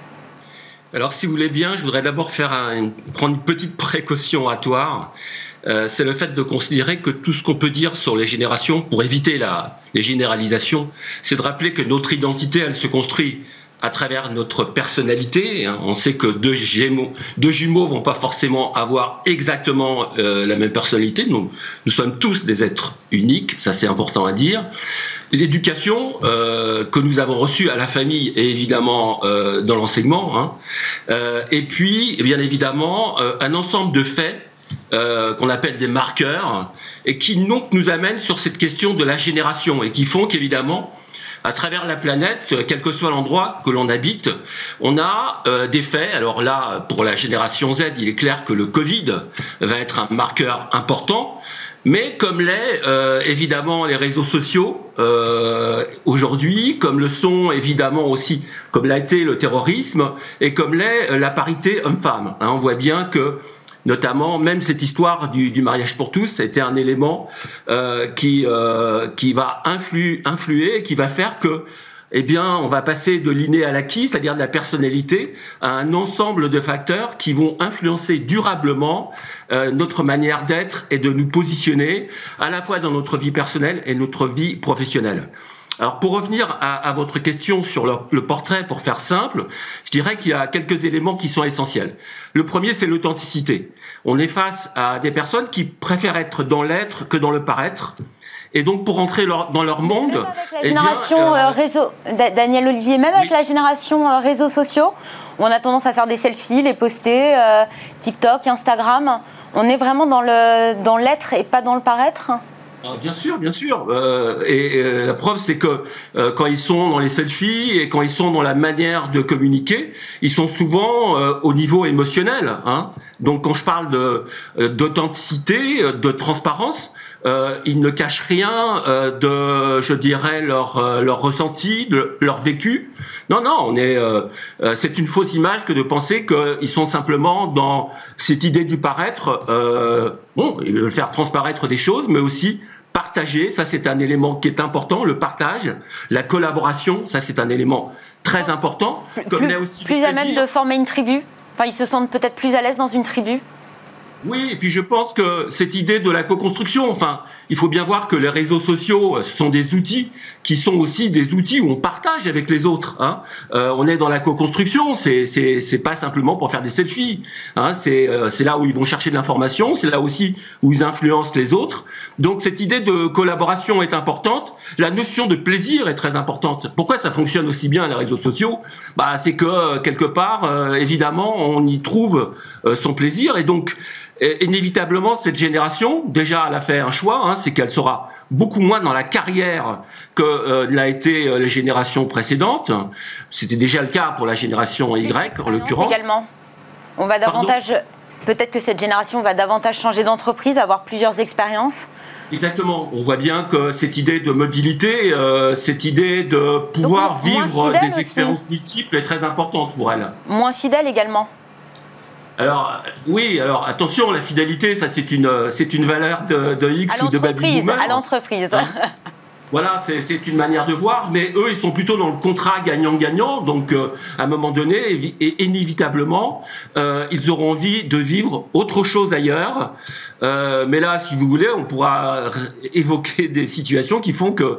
Speaker 5: Alors, si vous voulez bien, je voudrais d'abord faire un, prendre une petite précaution oratoire. Euh, c'est le fait de considérer que tout ce qu'on peut dire sur les générations, pour éviter la, les généralisations, c'est de rappeler que notre identité, elle se construit à travers notre personnalité. On sait que deux jumeaux, deux jumeaux vont pas forcément avoir exactement euh, la même personnalité. Nous, nous sommes tous des êtres uniques, ça c'est important à dire. L'éducation euh, que nous avons reçue à la famille et évidemment euh, dans l'enseignement, hein. euh, et puis bien évidemment euh, un ensemble de faits euh, qu'on appelle des marqueurs et qui donc nous amènent sur cette question de la génération et qui font qu'évidemment à travers la planète, quel que soit l'endroit que l'on habite, on a euh, des faits. Alors là, pour la génération Z, il est clair que le Covid va être un marqueur important, mais comme l'est euh, évidemment les réseaux sociaux euh, aujourd'hui, comme le sont évidemment aussi, comme l'a été le terrorisme, et comme l'est la parité homme-femme. Hein, on voit bien que notamment, même cette histoire du, du mariage pour tous, c'était un élément euh, qui, euh, qui va influ, influer, qui va faire que, eh bien, on va passer de l'inné à l'acquis, c'est-à-dire de la personnalité, à un ensemble de facteurs qui vont influencer durablement euh, notre manière d'être et de nous positionner, à la fois dans notre vie personnelle et notre vie professionnelle. Alors pour revenir à, à votre question sur le, le portrait, pour faire simple, je dirais qu'il y a quelques éléments qui sont essentiels. Le premier, c'est l'authenticité. On est face à des personnes qui préfèrent être dans l'être que dans le paraître. Et donc pour entrer leur, dans leur monde...
Speaker 1: Même avec la génération eh bien, euh, réseau, Daniel Olivier, même avec oui. la génération euh, réseaux sociaux, où on a tendance à faire des selfies, les poster, euh, TikTok, Instagram, on est vraiment dans le, dans l'être et pas dans le paraître ?
Speaker 5: Ah, bien sûr, bien sûr. Euh, et euh, la preuve, c'est que euh, quand ils sont dans les selfies et quand ils sont dans la manière de communiquer, ils sont souvent euh, au niveau émotionnel. Hein. Donc, quand je parle de, euh, d'authenticité, de transparence, euh, ils ne cachent rien euh, de, je dirais, leur, euh, leur ressenti, de, leur vécu. Non, non, on est. Euh, euh, c'est une fausse image que de penser qu'ils sont simplement dans cette idée du paraître. Euh, bon, ils veulent faire transparaître des choses, mais aussi partager, ça c'est un élément qui est important, le partage, la collaboration, ça c'est un élément très important.
Speaker 1: Comme plus, aussi plus à même de former une tribu, enfin ils se sentent peut-être plus à l'aise dans une tribu.
Speaker 5: Oui, et puis je pense que cette idée de la co-construction, enfin, il faut bien voir que les réseaux sociaux, ce sont des outils qui sont aussi des outils où on partage avec les autres. Hein. Euh, on est dans la co-construction, c'est c'est c'est pas simplement pour faire des selfies. Hein. C'est euh, c'est là où ils vont chercher de l'information, c'est là aussi où ils influencent les autres. Donc cette idée de collaboration est importante. La notion de plaisir est très importante. Pourquoi ça fonctionne aussi bien les réseaux sociaux ? Bah c'est que quelque part, euh, évidemment, on y trouve euh, son plaisir et donc Et inévitablement, cette génération, déjà, elle a fait un choix, hein, c'est qu'elle sera beaucoup moins dans la carrière que euh, l'a été euh, les générations précédentes. C'était déjà le cas pour la génération Y, en l'occurrence.
Speaker 1: Également. On va davantage, peut-être que cette génération va davantage changer d'entreprise, avoir plusieurs expériences.
Speaker 5: Exactement. On voit bien que cette idée de mobilité, euh, cette idée de pouvoir Donc, vivre des aussi. expériences multiples est très importante pour elle.
Speaker 1: Moins fidèle également.
Speaker 5: Alors oui, alors attention, la fidélité, ça c'est une c'est une valeur de, de X ou de baby boomer.
Speaker 1: À l'entreprise. Hein.
Speaker 5: Voilà, c'est c'est une manière de voir, mais eux ils sont plutôt dans le contrat gagnant-gagnant, donc euh, à un moment donné, et inévitablement, euh, ils auront envie de vivre autre chose ailleurs. Euh, mais là, si vous voulez, on pourra évoquer des situations qui font que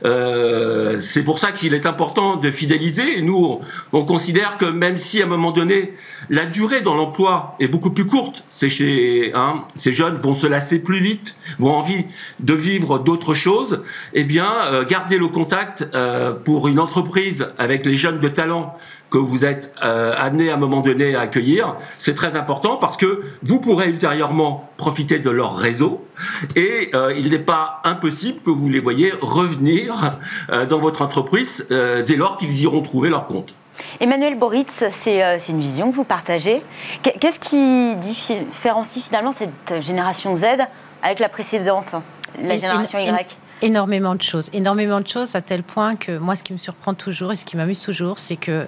Speaker 5: euh, c'est pour ça qu'il est important de fidéliser. Et nous, on, on considère que même si à un moment donné, la durée dans l'emploi est beaucoup plus courte, c'est chez, hein, ces jeunes vont se lasser plus vite, vont envie de vivre d'autres choses, eh bien, euh, garder le contact euh, pour une entreprise avec les jeunes de talent que vous êtes euh, amené à un moment donné à accueillir, c'est très important parce que vous pourrez ultérieurement profiter de leur réseau et euh, il n'est pas impossible que vous les voyez revenir euh, dans votre entreprise euh, dès lors qu'ils iront trouver leur compte.
Speaker 1: Emmanuel Boritz, c'est, euh, c'est une vision que vous partagez. Qu'est-ce qui différencie finalement cette génération Z avec la précédente, la
Speaker 6: et,
Speaker 1: génération
Speaker 6: et,
Speaker 1: Y ?
Speaker 6: Énormément de choses. Énormément de choses à tel point que moi, ce qui me surprend toujours et ce qui m'amuse toujours, c'est que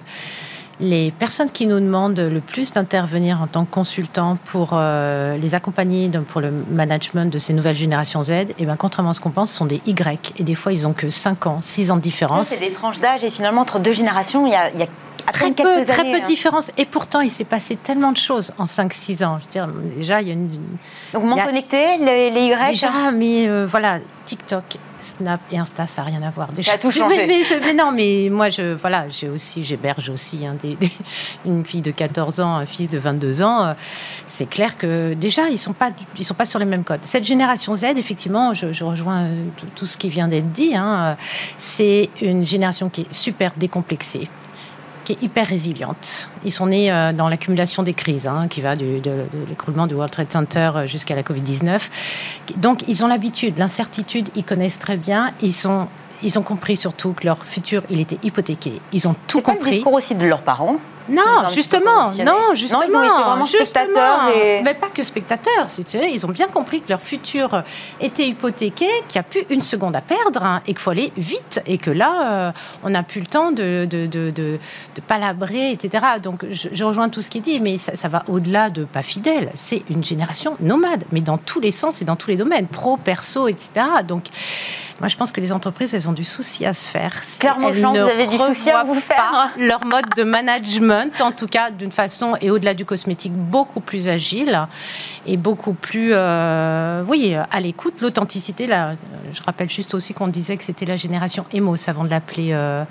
Speaker 6: les personnes qui nous demandent le plus d'intervenir en tant que consultants pour euh, les accompagner pour le management de ces nouvelles générations Z, et bien, contrairement à ce qu'on pense, sont des Y. Et des fois, ils n'ont que cinq ans, six ans de différence.
Speaker 1: Ça, c'est des tranches d'âge. Et finalement, entre deux générations, il y a, il y a à
Speaker 6: très
Speaker 1: peu,
Speaker 6: peu, très
Speaker 1: années,
Speaker 6: peu de
Speaker 1: hein.
Speaker 6: différence. Et pourtant, il s'est passé tellement de choses en cinq six ans. Je veux dire, déjà, il y a une...
Speaker 1: Donc, moins
Speaker 6: a...
Speaker 1: connectés, les, les Y.
Speaker 6: Déjà, mais euh, voilà, TikTok, Snap et Insta, ça n'a rien à voir. Déjà.
Speaker 1: Ça a tout changé.
Speaker 6: Mais, mais, mais non, mais moi, je, voilà, j'ai aussi, j'héberge aussi hein, des, des, une fille de quatorze ans, un fils de vingt-deux ans. C'est clair que déjà, ils ne sont, sont pas sur les mêmes codes. Cette génération Z, effectivement, je, je rejoins tout, tout ce qui vient d'être dit. Hein, c'est une génération qui est super décomplexée, qui est hyper résiliente. Ils sont nés euh, dans l'accumulation des crises, hein, qui va du, de, de l'écroulement du World Trade Center jusqu'à la covid dix-neuf. Donc, ils ont l'habitude, l'incertitude, ils connaissent très bien. Ils, sont, ils ont compris surtout que leur futur, il était hypothéqué. Ils ont tout
Speaker 1: c'est
Speaker 6: compris.
Speaker 1: C'est pas le discours aussi de leurs parents ?
Speaker 6: Non, justement, non, justement,
Speaker 1: non, ils ont été vraiment spectateurs et...
Speaker 6: mais pas que spectateurs. C'est, ils ont bien compris que leur futur était hypothéqué, qu'il n'y a plus une seconde à perdre hein, et qu'il faut aller vite et que là, euh, on n'a plus le temps de, de, de, de, de palabrer, et cetera. Donc, je, je rejoins tout ce qui est dit, mais ça, ça va au-delà de pas fidèle. C'est une génération nomade, mais dans tous les sens et dans tous les domaines, pro, perso, et cetera. Donc, moi, je pense que les entreprises, elles ont du souci à se faire. Si
Speaker 1: Clairement, Jean, vous avez du souci à vous faire.
Speaker 6: Pas leur mode de management, en tout cas d'une façon, et au-delà du cosmétique, beaucoup plus agile et beaucoup plus, euh, oui, à l'écoute. L'authenticité, là, je rappelle juste aussi qu'on disait que c'était la génération Emos avant de l'appeler euh,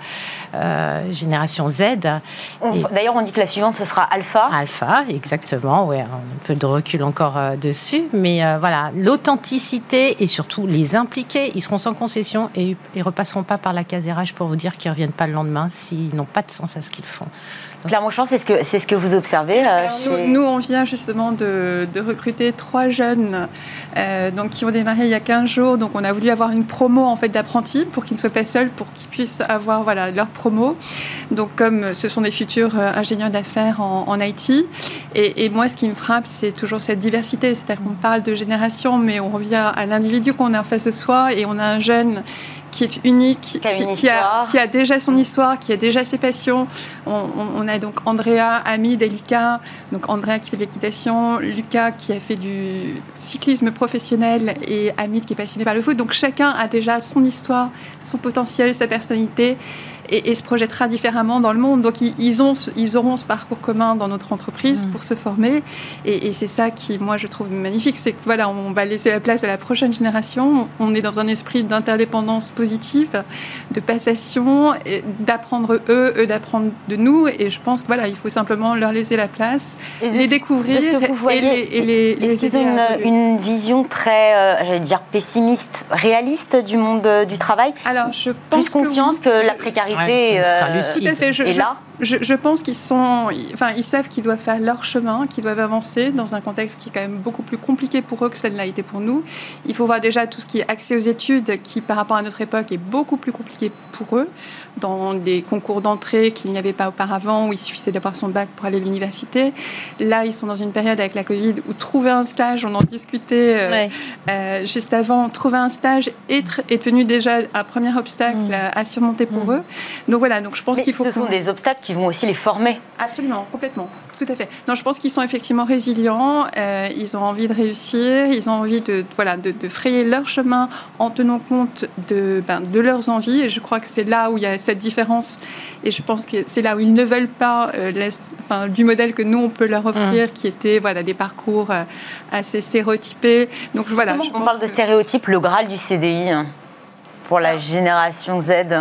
Speaker 6: euh, génération Z.
Speaker 1: On, et, d'ailleurs, on dit que la suivante, ce sera Alpha.
Speaker 6: Alpha, exactement, oui, un peu de recul encore euh, dessus. Mais euh, voilà, l'authenticité et surtout les impliquer, ils seront sans concession et ils ne repasseront pas par la case R H pour vous dire qu'ils ne reviennent pas le lendemain s'ils n'ont pas de sens à ce qu'ils font.
Speaker 1: Claire Monchamp, c'est ce que, c'est ce que vous observez euh,
Speaker 7: Alors,
Speaker 1: chez...
Speaker 7: nous, nous, on vient justement de, de recruter trois jeunes euh, donc, qui ont démarré il y a quinze jours. Donc, on a voulu avoir une promo en fait, d'apprentis pour qu'ils ne soient pas seuls, pour qu'ils puissent avoir voilà, leur promo. Donc, comme ce sont des futurs euh, ingénieurs d'affaires en, en I T. Et, et moi, ce qui me frappe, c'est toujours cette diversité. C'est-à-dire qu'on parle de génération, mais on revient à l'individu qu'on a en face de soi. Et on a un jeune qui est unique, qui a, qui, qui, a, qui a déjà son histoire, qui a déjà ses passions. On, on, on a donc Andrea, Hamid et Lucas. Donc Andrea qui fait de l'équitation, Lucas qui a fait du cyclisme professionnel et Hamid qui est passionné par le foot. Donc chacun a déjà son histoire, son potentiel, sa personnalité et, et se projettera différemment dans le monde. Donc ils, ils, ont, ils auront ce parcours commun dans notre entreprise mmh. pour se former. Et, et c'est ça qui, moi, je trouve magnifique. C'est que voilà, on va laisser la place à la prochaine génération. On est dans un esprit d'interdépendance positive, de passation, et d'apprendre eux, eux d'apprendre de nous. Et je pense que voilà, il faut simplement leur laisser la place, et les découvrir
Speaker 1: de ce que vous voyez,
Speaker 7: et les, et les,
Speaker 1: est-ce qu'ils ont une, une vision très, euh, j'allais dire, pessimiste, réaliste du monde euh, du travail?
Speaker 7: Alors, je pense
Speaker 1: plus conscience que, oui. que la précarité ouais, euh,
Speaker 7: tout à fait. Je, est
Speaker 1: je, là.
Speaker 7: Je, je pense qu'ils sont, enfin, ils savent qu'ils doivent faire leur chemin, qu'ils doivent avancer dans un contexte qui est quand même beaucoup plus compliqué pour eux que ça ne l'a été pour nous. Il faut voir déjà tout ce qui est accès aux études, qui par rapport à notre époque est beaucoup plus compliqué pour eux, dans des concours d'entrée qu'il n'y avait pas auparavant, où il suffisait d'avoir son bac pour aller à l'université. Là, ils sont dans une période avec la Covid où trouver un stage, on en discutait euh, ouais. euh, juste avant, trouver un stage est, est devenu déjà un premier obstacle mmh. à, à surmonter pour mmh. eux. Donc voilà, donc je pense
Speaker 1: Mais
Speaker 7: qu'il faut...
Speaker 1: ce sont des obstacles qui vont aussi les former.
Speaker 7: Absolument, complètement. Tout à fait. Non, je pense qu'ils sont effectivement résilients, euh, ils ont envie de réussir, ils ont envie de, voilà, de, de frayer leur chemin en tenant compte de, ben, de leurs envies. Et je crois que c'est là où il y a cette différence. Et je pense que c'est là où ils ne veulent pas euh, les, enfin, du modèle que nous, on peut leur offrir, mmh. qui était voilà, des parcours euh, assez stéréotypés. Donc, voilà, je
Speaker 1: on parle que... de stéréotypes, le Graal du C D I pour la génération Z.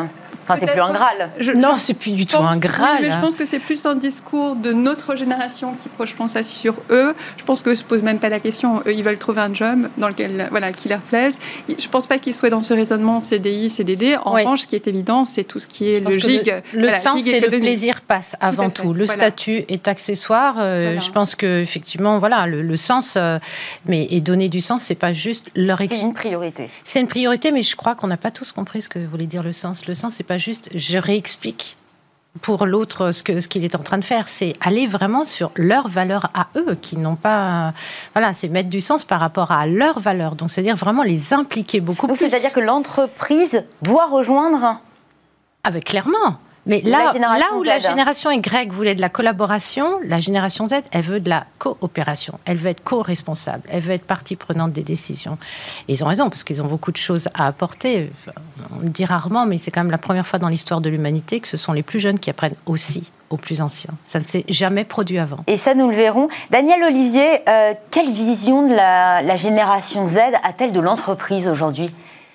Speaker 1: Enfin, c'est plus un Graal.
Speaker 6: Je, non, c'est plus du tout pense, un Graal.
Speaker 7: Oui, mais je pense que c'est plus un discours de notre génération qui projetons ça sur eux. Je pense qu'eux ne se posent même pas la question. Eux, ils veulent trouver un job dans lequel, voilà, qui leur plaise. Je ne pense pas qu'ils soient dans ce raisonnement C D I, C D D. En oui. revanche, ce qui est évident, c'est tout ce qui est je le gig.
Speaker 6: Le, le voilà, sens et le plaisir passent avant tout. tout. Le voilà. statut est accessoire. Euh, voilà. Je pense qu'effectivement, voilà, le, le sens, euh, mais et donner du sens, c'est pas juste leur
Speaker 1: expliquer. C'est une priorité.
Speaker 6: C'est une priorité, mais je crois qu'on n'a pas tous compris ce que voulait dire le sens. Le sens, c'est pas juste je réexplique pour l'autre ce, que, ce qu'il est en train de faire, c'est aller vraiment sur leurs valeurs à eux, qui n'ont pas... Voilà, c'est mettre du sens par rapport à leurs valeurs. Donc, c'est-à-dire vraiment les impliquer beaucoup
Speaker 1: Donc,
Speaker 6: plus.
Speaker 1: C'est-à-dire que l'entreprise doit rejoindre...
Speaker 6: Ah ben, clairement. Mais là, là où Z. la génération Y voulait de la collaboration, la génération Z, elle veut de la coopération. Elle veut être co-responsable. Elle veut être partie prenante des décisions. Et ils ont raison, parce qu'ils ont beaucoup de choses à apporter. On le dit rarement, mais c'est quand même la première fois dans l'histoire de l'humanité que ce sont les plus jeunes qui apprennent aussi aux plus anciens. Ça ne s'est jamais produit avant.
Speaker 1: Et ça, nous le verrons. Daniel Olivier, euh, quelle vision de la, la génération Z a-t-elle de l'entreprise aujourd'hui ?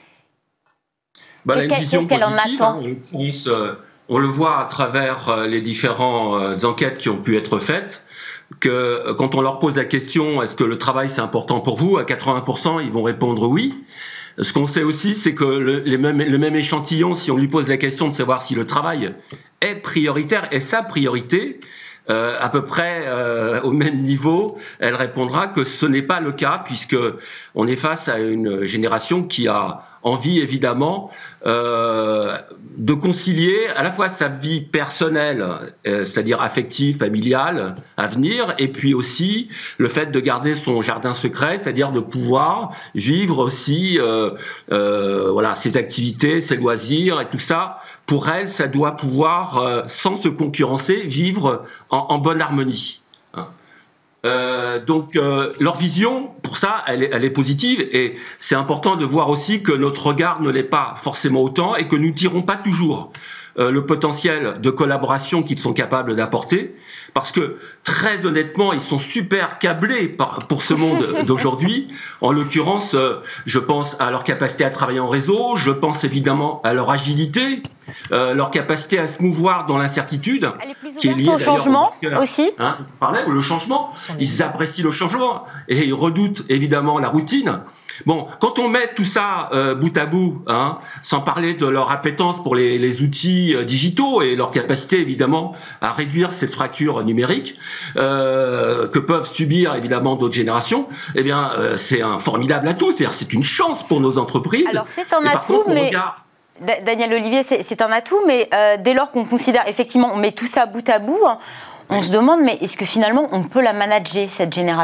Speaker 5: bah,
Speaker 1: Qu'est-ce,
Speaker 5: qu'elle,
Speaker 1: qu'est-ce qu'elle en attend ?
Speaker 5: hein, on pense, euh... On le voit à travers les différentes enquêtes qui ont pu être faites, que quand on leur pose la question « Est-ce que le travail c'est important pour vous ?», à quatre-vingts pour cent, ils vont répondre « oui ». Ce qu'on sait aussi, c'est que le, les mêmes, le même échantillon, si on lui pose la question de savoir si le travail est prioritaire, est sa priorité, euh, à peu près euh, au même niveau, elle répondra que ce n'est pas le cas, puisque on est face à une génération qui a envie, évidemment, euh, de concilier à la fois sa vie personnelle, euh, c'est-à-dire affective, familiale, à venir, et puis aussi le fait de garder son jardin secret, c'est-à-dire de pouvoir vivre aussi euh, euh, voilà, ses activités, ses loisirs et tout ça. Pour elle, ça doit pouvoir, euh, sans se concurrencer, vivre en, en bonne harmonie. Hein. Euh, donc euh, leur vision, pour ça, elle est, elle est positive, et c'est important de voir aussi que notre regard ne l'est pas forcément autant et que nous ne tirons pas toujours euh, le potentiel de collaboration qu'ils sont capables d'apporter, parce que très honnêtement, ils sont super câblés par, pour ce monde d'aujourd'hui. En l'occurrence, euh, je pense à leur capacité à travailler en réseau, je pense évidemment à leur agilité, euh, leur capacité à se mouvoir dans l'incertitude,
Speaker 1: qui est liée au changement au aussi.
Speaker 5: Hein, on parlait, le changement, ils apprécient le changement et ils redoutent évidemment la routine. Bon, quand on met tout ça euh, bout à bout, hein, sans parler de leur appétence pour les, les outils euh, digitaux et leur capacité évidemment à réduire cette fracture numérique euh, que peuvent subir évidemment d'autres générations, eh bien euh, c'est un formidable atout, c'est-à-dire c'est une chance pour nos entreprises.
Speaker 1: Alors c'est un atout, mais... Regarde... Daniel Olivier, c'est, c'est un atout, mais euh, dès lors qu'on considère, effectivement, on met tout ça bout à bout, hein, on oui. se demande, mais est-ce que finalement on peut la manager, cette génération ?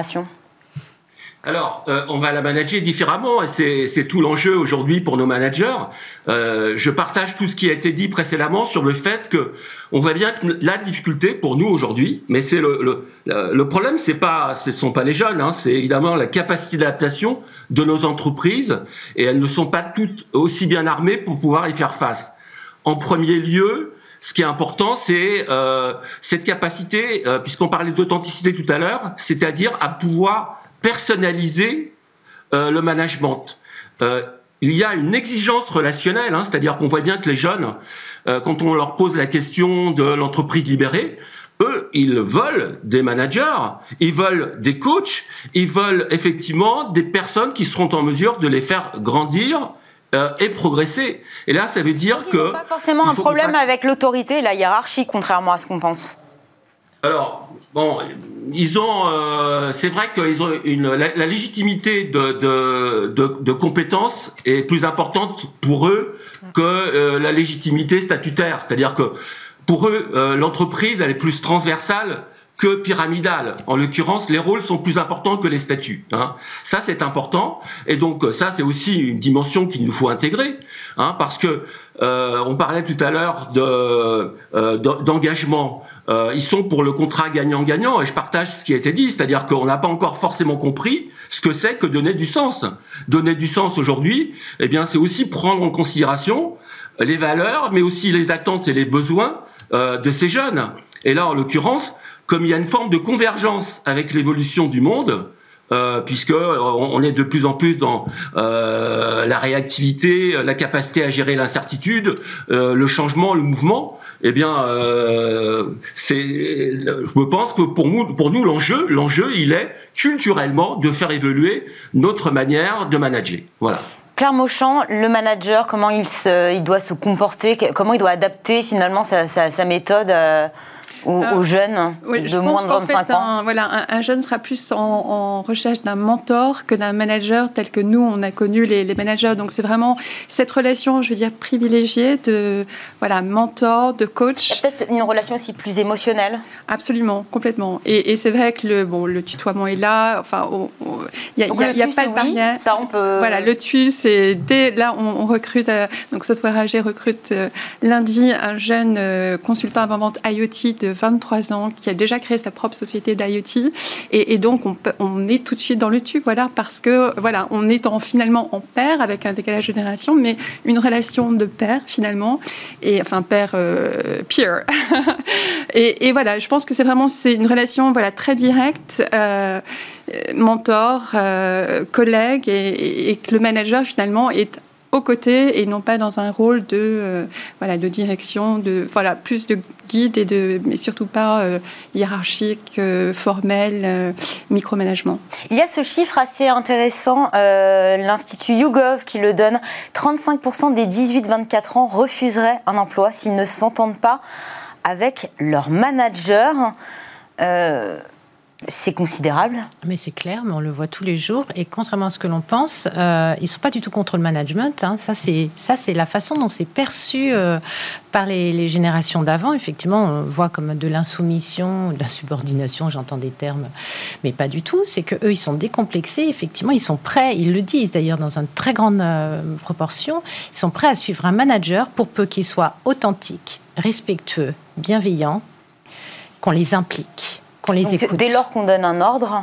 Speaker 5: Alors, euh, on va la manager différemment, et c'est, c'est tout l'enjeu aujourd'hui pour nos managers. Euh, je partage tout ce qui a été dit précédemment sur le fait que on voit bien que la difficulté pour nous aujourd'hui, mais c'est le, le, le problème, c'est pas, ce ne sont pas les jeunes, hein, c'est évidemment la capacité d'adaptation de nos entreprises, et elles ne sont pas toutes aussi bien armées pour pouvoir y faire face. En premier lieu, ce qui est important, c'est euh, cette capacité, euh, puisqu'on parlait d'authenticité tout à l'heure, c'est-à-dire à pouvoir personnaliser euh, le management. Euh, il y a une exigence relationnelle, hein, c'est-à-dire qu'on voit bien que les jeunes, euh, quand on leur pose la question de l'entreprise libérée, eux, ils veulent des managers, ils veulent des coachs, ils veulent effectivement des personnes qui seront en mesure de les faire grandir euh, et progresser. Et là, ça veut dire
Speaker 1: Donc,
Speaker 5: que...
Speaker 1: Ils n'ont pas forcément un problème fasse... avec l'autorité et la hiérarchie, contrairement à ce qu'on pense.
Speaker 5: Alors, bon, ils ont, euh, c'est vrai qu'ils ont une, la, la légitimité de, de, de, de compétences est plus importante pour eux que euh, la légitimité statutaire. C'est-à-dire que pour eux, euh, l'entreprise, elle est plus transversale que pyramidale. En l'occurrence, les rôles sont plus importants que les statuts. Hein. Ça, c'est important. Et donc, ça, c'est aussi une dimension qu'il nous faut intégrer. Hein, parce que euh, on parlait tout à l'heure de, euh, d'engagement. Euh, ils sont pour le contrat gagnant-gagnant, et je partage ce qui a été dit, c'est-à-dire qu'on n'a pas encore forcément compris ce que c'est que donner du sens. Donner du sens aujourd'hui, eh bien, c'est aussi prendre en considération les valeurs, mais aussi les attentes et les besoins euh, de ces jeunes. Et là, en l'occurrence, comme il y a une forme de convergence avec l'évolution du monde, euh, puisque on est de plus en plus dans euh, la réactivité, la capacité à gérer l'incertitude, euh, le changement, le mouvement. Eh bien, euh, c'est, je pense que pour nous, pour nous, l'enjeu, l'enjeu, il est culturellement de faire évoluer notre manière de manager. Voilà.
Speaker 1: Claire Mauchamp, le manager, comment il, se, il doit se comporter, comment il doit adapter finalement sa, sa, sa méthode euh, aux, euh, aux jeunes
Speaker 7: oui,
Speaker 1: de moins de vingt-cinq
Speaker 7: fait,
Speaker 1: ans
Speaker 7: un, voilà, un, un jeune sera plus en, en recherche d'un mentor que d'un manager tel que nous, on a connu les, les managers. Donc c'est vraiment cette relation, je veux dire, privilégiée de voilà, mentor, de coach.
Speaker 1: Il y a peut-être une relation aussi plus émotionnelle.
Speaker 7: Absolument, complètement. Et, et c'est vrai que le, bon, le tutoiement est là. Enfin, il n'y a, y a, y a pas de barrière.
Speaker 1: Oui, ça on peut...
Speaker 7: Voilà, le tu, c'est dès là, on, on recrute. Euh, donc Software A G recrute euh, lundi un jeune euh, consultant avant-vente I O T de vingt-trois ans qui a déjà créé sa propre société d'I O T. Et, et donc, on, peut, on est tout de suite dans le tu, voilà, parce que voilà, on est en, finalement en pair avec un décalage de génération, mais une relation de pair finalement, et enfin pair euh, peer. et, et voilà, je pense que c'est vraiment c'est une relation voilà très directe. Euh, mentor, euh, collègue, et, et, et que le manager finalement est aux côtés et non pas dans un rôle de euh, voilà de direction, de voilà plus de guide et de mais surtout pas euh, hiérarchique, euh, formel, euh, micromanagement.
Speaker 1: Il y a ce chiffre assez intéressant, euh, l'Institut YouGov qui le donne. trente-cinq pour cent des dix-huit vingt-quatre ans refuseraient un emploi s'ils ne s'entendent pas avec leur manager. Euh, C'est considérable.
Speaker 6: Mais c'est clair, mais on le voit tous les jours. Et contrairement à ce que l'on pense, euh, ils ne sont pas du tout contre le management. Hein. Ça, c'est, ça, c'est la façon dont c'est perçu euh, par les, les générations d'avant. Effectivement, on voit comme de l'insoumission, de la subordination, j'entends des termes, mais pas du tout. C'est qu'eux, ils sont décomplexés. Effectivement, ils sont prêts, ils le disent d'ailleurs dans une très grande euh, proportion, ils sont prêts à suivre un manager pour peu qu'il soit authentique, respectueux, bienveillant, qu'on les implique. Qu'on les
Speaker 1: Donc,
Speaker 6: écoute.
Speaker 1: Dès lors qu'on donne un ordre,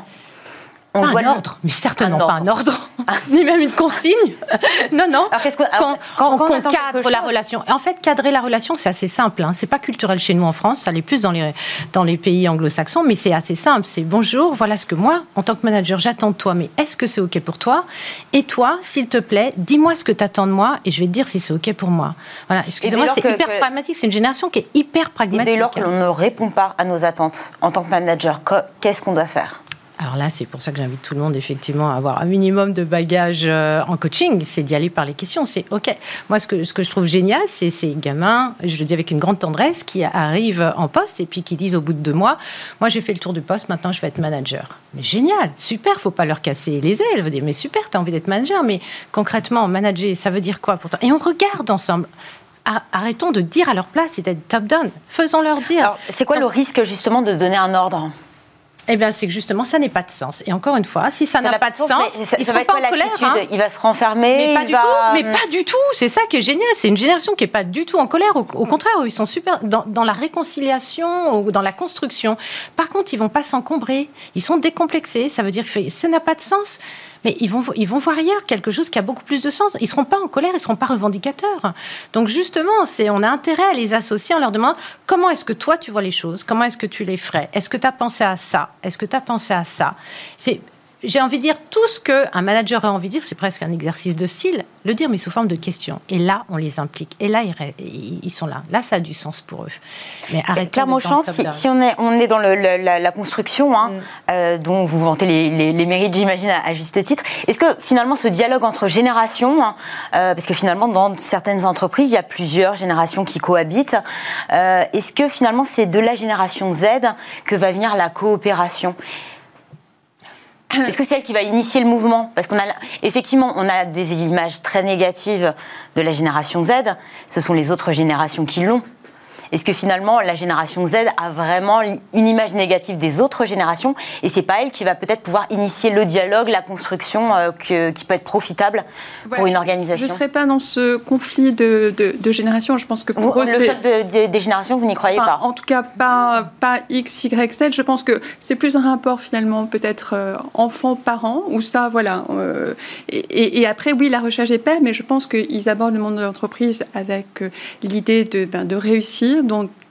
Speaker 1: on
Speaker 6: pas
Speaker 1: doit
Speaker 6: un
Speaker 1: le...
Speaker 6: ordre, mais certainement
Speaker 1: un
Speaker 6: pas un ordre, ni même une consigne. Non, non.
Speaker 1: Alors, qu'est-ce que...
Speaker 6: Quand,
Speaker 1: Alors, quand, quand
Speaker 6: on,
Speaker 1: on
Speaker 6: cadre la relation. En fait, cadrer la relation, c'est assez simple. Hein. C'est pas culturel chez nous en France. Ça l'est plus dans les dans les pays anglo-saxons, mais c'est assez simple. C'est bonjour. Voilà ce que moi, en tant que manager, j'attends de toi. Mais est-ce que c'est ok pour toi ? Et toi, s'il te plaît, dis-moi ce que tu attends de moi, et je vais te dire si c'est ok pour moi. Voilà. Excusez-moi, c'est que, hyper que... pragmatique. C'est une génération qui est hyper pragmatique.
Speaker 1: Et dès lors que l'on ne répond pas à nos attentes en tant que manager, qu'est-ce qu'on doit faire ?
Speaker 6: Alors là, c'est pour ça que j'invite tout le monde, effectivement, à avoir un minimum de bagages euh, en coaching, c'est d'y aller par les questions. C'est OK. Moi, ce que, ce que je trouve génial, c'est ces gamins, je le dis avec une grande tendresse, qui arrivent en poste et puis qui disent au bout de deux mois, moi, j'ai fait le tour du poste, maintenant, je vais être manager. Mais génial, super, faut pas leur casser les ailes. Vous dire, mais super, tu as envie d'être manager, mais concrètement, manager, ça veut dire quoi pour toi ? Et on regarde ensemble. Arrêtons de dire à leur place et d'être top-down. Faisons-leur dire.
Speaker 1: Alors, c'est quoi Donc, le risque, justement, de donner un ordre ?
Speaker 6: Eh bien, c'est que justement, ça n'a pas de sens. Et encore une fois, si ça, ça n'a pas, pas de sens, sens
Speaker 1: ça,
Speaker 6: ils ne
Speaker 1: seront
Speaker 6: pas en colère. Hein.
Speaker 1: Il va se renfermer.
Speaker 6: Mais pas
Speaker 1: il
Speaker 6: du
Speaker 1: va...
Speaker 6: tout. Mais pas du tout. C'est ça qui est génial. C'est une génération qui n'est pas du tout en colère. Au, au contraire, ils sont super dans, dans la réconciliation ou dans la construction. Par contre, ils ne vont pas s'encombrer. Ils sont décomplexés. Ça veut dire que ça n'a pas de sens. Mais ils vont, ils vont voir ailleurs quelque chose qui a beaucoup plus de sens. Ils ne seront pas en colère, ils ne seront pas revendicateurs. Donc justement, c'est, on a intérêt à les associer en leur demandant comment est-ce que toi tu vois les choses, comment est-ce que tu les ferais, est-ce que tu as pensé à ça, est-ce que tu as pensé à ça. C'est, j'ai envie de dire tout ce qu'un manager a envie de dire, c'est presque un exercice de style, le dire mais sous forme de questions. Et là, on les implique. Et là, ils, ils sont là. Là, ça a du sens pour eux. Mais arrêtez.
Speaker 1: Claire Mauchamp, si, si on est, on est dans le, le, la, la construction, hein, mm. euh, dont vous vantez les, les, les mérites, j'imagine, à, à juste titre, est-ce que finalement ce dialogue entre générations, hein, euh, parce que finalement dans certaines entreprises, il y a plusieurs générations qui cohabitent, euh, est-ce que finalement c'est de la génération Z que va venir la coopération ? Est-ce que c'est elle qui va initier le mouvement ? Parce qu'on a, effectivement, on a des images très négatives de la génération Z. Ce sont les autres générations qui l'ont. Est-ce que finalement, la génération Z a vraiment une image négative des autres générations et c'est pas elle qui va peut-être pouvoir initier le dialogue, la construction euh, que, qui peut être profitable ouais, pour une organisation ?
Speaker 7: Je ne serais pas dans ce conflit de, de, de générations. Je pense que pour
Speaker 1: vous,
Speaker 7: eux,
Speaker 1: le
Speaker 7: c'est...
Speaker 1: choc de, de, des générations, vous n'y croyez
Speaker 7: enfin,
Speaker 1: pas ?
Speaker 7: En tout cas, pas, pas X, Y, Z. Je pense que c'est plus un rapport finalement peut-être euh, enfant-parent où ça, voilà. Euh, et, et, et après, oui, la recherche est paix, mais je pense qu'ils abordent le monde de l'entreprise avec euh, l'idée de, ben, de réussir. Donc,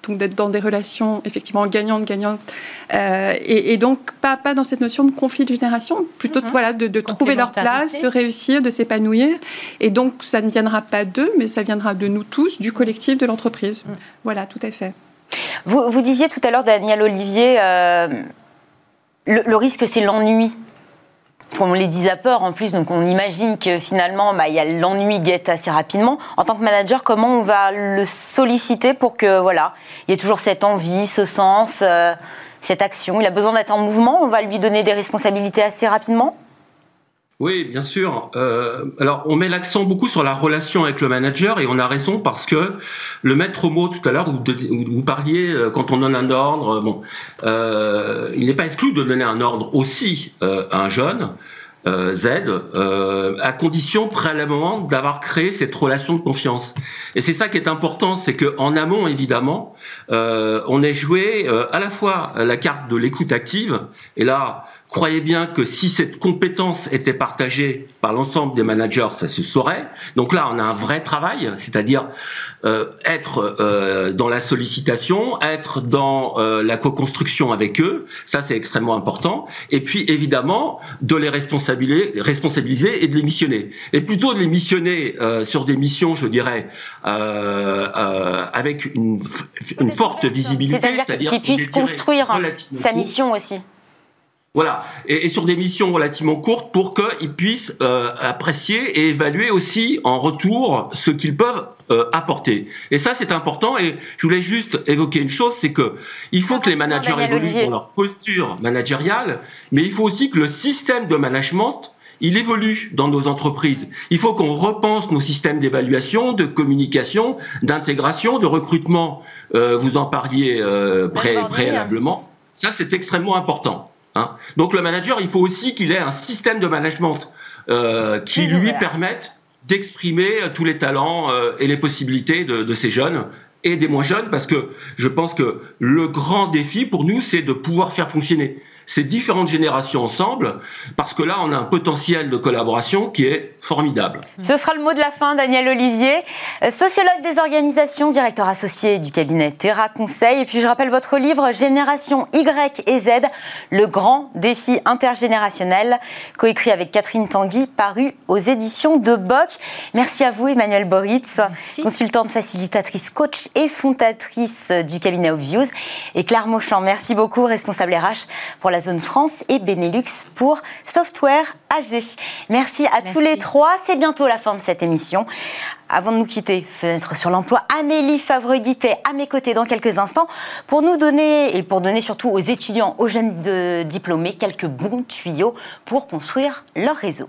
Speaker 7: donc d'être dans des relations effectivement gagnantes-gagnantes, euh, et, et donc pas, pas dans cette notion de conflit de génération, plutôt de, voilà, de, de trouver leur place, de réussir, de s'épanouir. Et donc ça ne viendra pas d'eux, mais ça viendra de nous tous, du collectif, de l'entreprise. Mmh. Voilà, tout à fait.
Speaker 1: Vous, vous disiez tout à l'heure, Daniel Olivier, euh, le, le risque c'est l'ennui. Parce qu'on les dit à peur en plus, donc on imagine que finalement, bah, y a l'ennui guette assez rapidement. En tant que manager, comment on va le solliciter pour que voilà, il y ait toujours cette envie, ce sens, euh, cette action. Il a besoin d'être en mouvement. On va lui donner des responsabilités assez rapidement.
Speaker 5: Oui, bien sûr. Euh, alors, on met l'accent beaucoup sur la relation avec le manager et on a raison parce que le maître mot tout à l'heure, où, où vous parliez euh, quand on donne un ordre, bon, euh, il n'est pas exclu de donner un ordre aussi euh, à un jeune, euh, Z, euh, à condition préalablement d'avoir créé cette relation de confiance. Et c'est ça qui est important, c'est qu'en amont, évidemment, euh, on ait joué euh, à la fois la carte de l'écoute active, et là, croyez bien que si cette compétence était partagée par l'ensemble des managers, ça se saurait. Donc là, on a un vrai travail, c'est-à-dire euh, être euh, dans la sollicitation, être dans euh, la co-construction avec eux, ça c'est extrêmement important. Et puis évidemment, de les responsabiliser, responsabiliser et de les missionner. Et plutôt de les missionner euh, sur des missions, je dirais, euh, euh, avec une, une forte visibilité.
Speaker 1: C'est-à-dire, c'est-à-dire qu'il puisse construire sa mission aussi.
Speaker 5: Voilà, et, et sur des missions relativement courtes pour qu'ils puissent euh, apprécier et évaluer aussi en retour ce qu'ils peuvent euh, apporter. Et ça, c'est important. Et je voulais juste évoquer une chose, c'est que il faut que les managers évoluent dans leur posture managériale, mais il faut aussi que le système de management il évolue dans nos entreprises. Il faut qu'on repense nos systèmes d'évaluation, de communication, d'intégration, de recrutement. Euh, vous en parliez euh, pré- préalablement. Ça, c'est extrêmement important. Hein. Donc le manager, il faut aussi qu'il ait un système de management euh, qui lui permette d'exprimer tous les talents euh, et les possibilités de, de ces jeunes et des moins jeunes, parce que je pense que le grand défi pour nous, c'est de pouvoir faire fonctionner ces différentes générations ensemble, parce que là, on a un potentiel de collaboration qui est formidable.
Speaker 1: Ce sera le mot de la fin, Daniel Olivier, sociologue des organisations, directeur associé du cabinet Terra Conseil. Et puis, je rappelle votre livre « Génération Y et Z, le grand défi intergénérationnel », coécrit avec Catherine Tanguy, paru aux éditions de Bock. Merci à vous, Emmanuelle Boritz, Merci. consultante facilitatrice, coach et fondatrice du cabinet Obviews. Et Claire Mauchamp, merci beaucoup, responsable R H pour la zone France et Benelux pour Software A G. Merci à Merci. tous les trois. C'est bientôt la fin de cette émission. Avant de nous quitter, Fenêtre sur l'emploi, Amélie Favre-Guittet à mes côtés dans quelques instants pour nous donner, et pour donner surtout aux étudiants, aux jeunes de diplômés, quelques bons tuyaux pour construire leur réseau.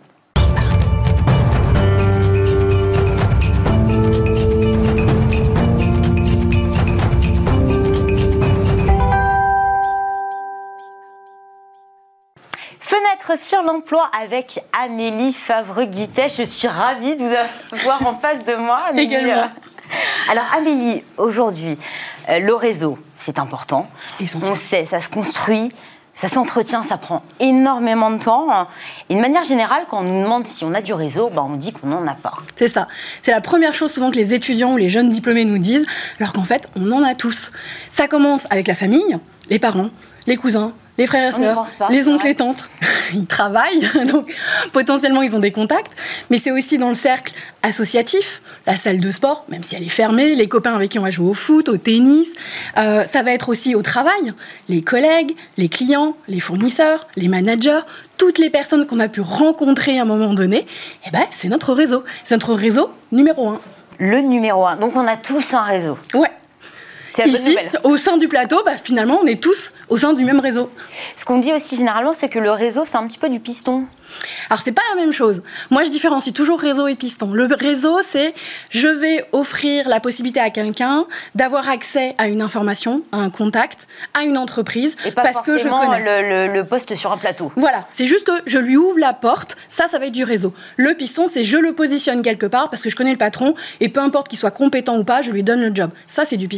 Speaker 1: Fenêtre sur l'emploi avec Amélie Favre-Guittet. Je suis ravie de vous avoir en face de moi, Amélie.
Speaker 8: Également.
Speaker 1: Alors Amélie, aujourd'hui, euh, le réseau, c'est important.
Speaker 8: Essentiel.
Speaker 1: On le sait, ça se construit, ça s'entretient, ça prend énormément de temps. Et de manière générale, quand on nous demande si on a du réseau, bah, on dit qu'on n'en a pas.
Speaker 8: C'est ça. C'est la première chose souvent que les étudiants ou les jeunes diplômés nous disent, alors qu'en fait, on en a tous. Ça commence avec la famille, les parents, les cousins, les frères et sœurs, les oncles et tantes, ils travaillent, donc potentiellement ils ont des contacts, mais c'est aussi dans le cercle associatif, la salle de sport, même si elle est fermée, les copains avec qui on va jouer au foot, au tennis, euh, ça va être aussi au travail, les collègues, les clients, les fournisseurs, les managers, toutes les personnes qu'on a pu rencontrer à un moment donné, eh ben, c'est notre réseau, c'est notre réseau numéro un.
Speaker 1: Le numéro un, donc on a tous un réseau.
Speaker 8: Ouais.
Speaker 1: Ici,
Speaker 8: au sein du plateau, bah, finalement, on est tous au sein du même réseau.
Speaker 1: Ce qu'on dit aussi généralement, c'est que le réseau, c'est un petit peu du piston.
Speaker 8: Alors, c'est pas la même chose. Moi, je différencie toujours réseau et piston. Le réseau, c'est je vais offrir la possibilité à quelqu'un d'avoir accès à une information, à un contact, à une entreprise,
Speaker 1: et pas
Speaker 8: parce que je connais.
Speaker 1: Le, le, le poste sur un plateau.
Speaker 8: Voilà, c'est juste que je lui ouvre la porte. Ça, ça va être du réseau. Le piston, c'est je le positionne quelque part parce que je connais le patron et peu importe qu'il soit compétent ou pas, je lui donne le job. Ça, c'est du piston.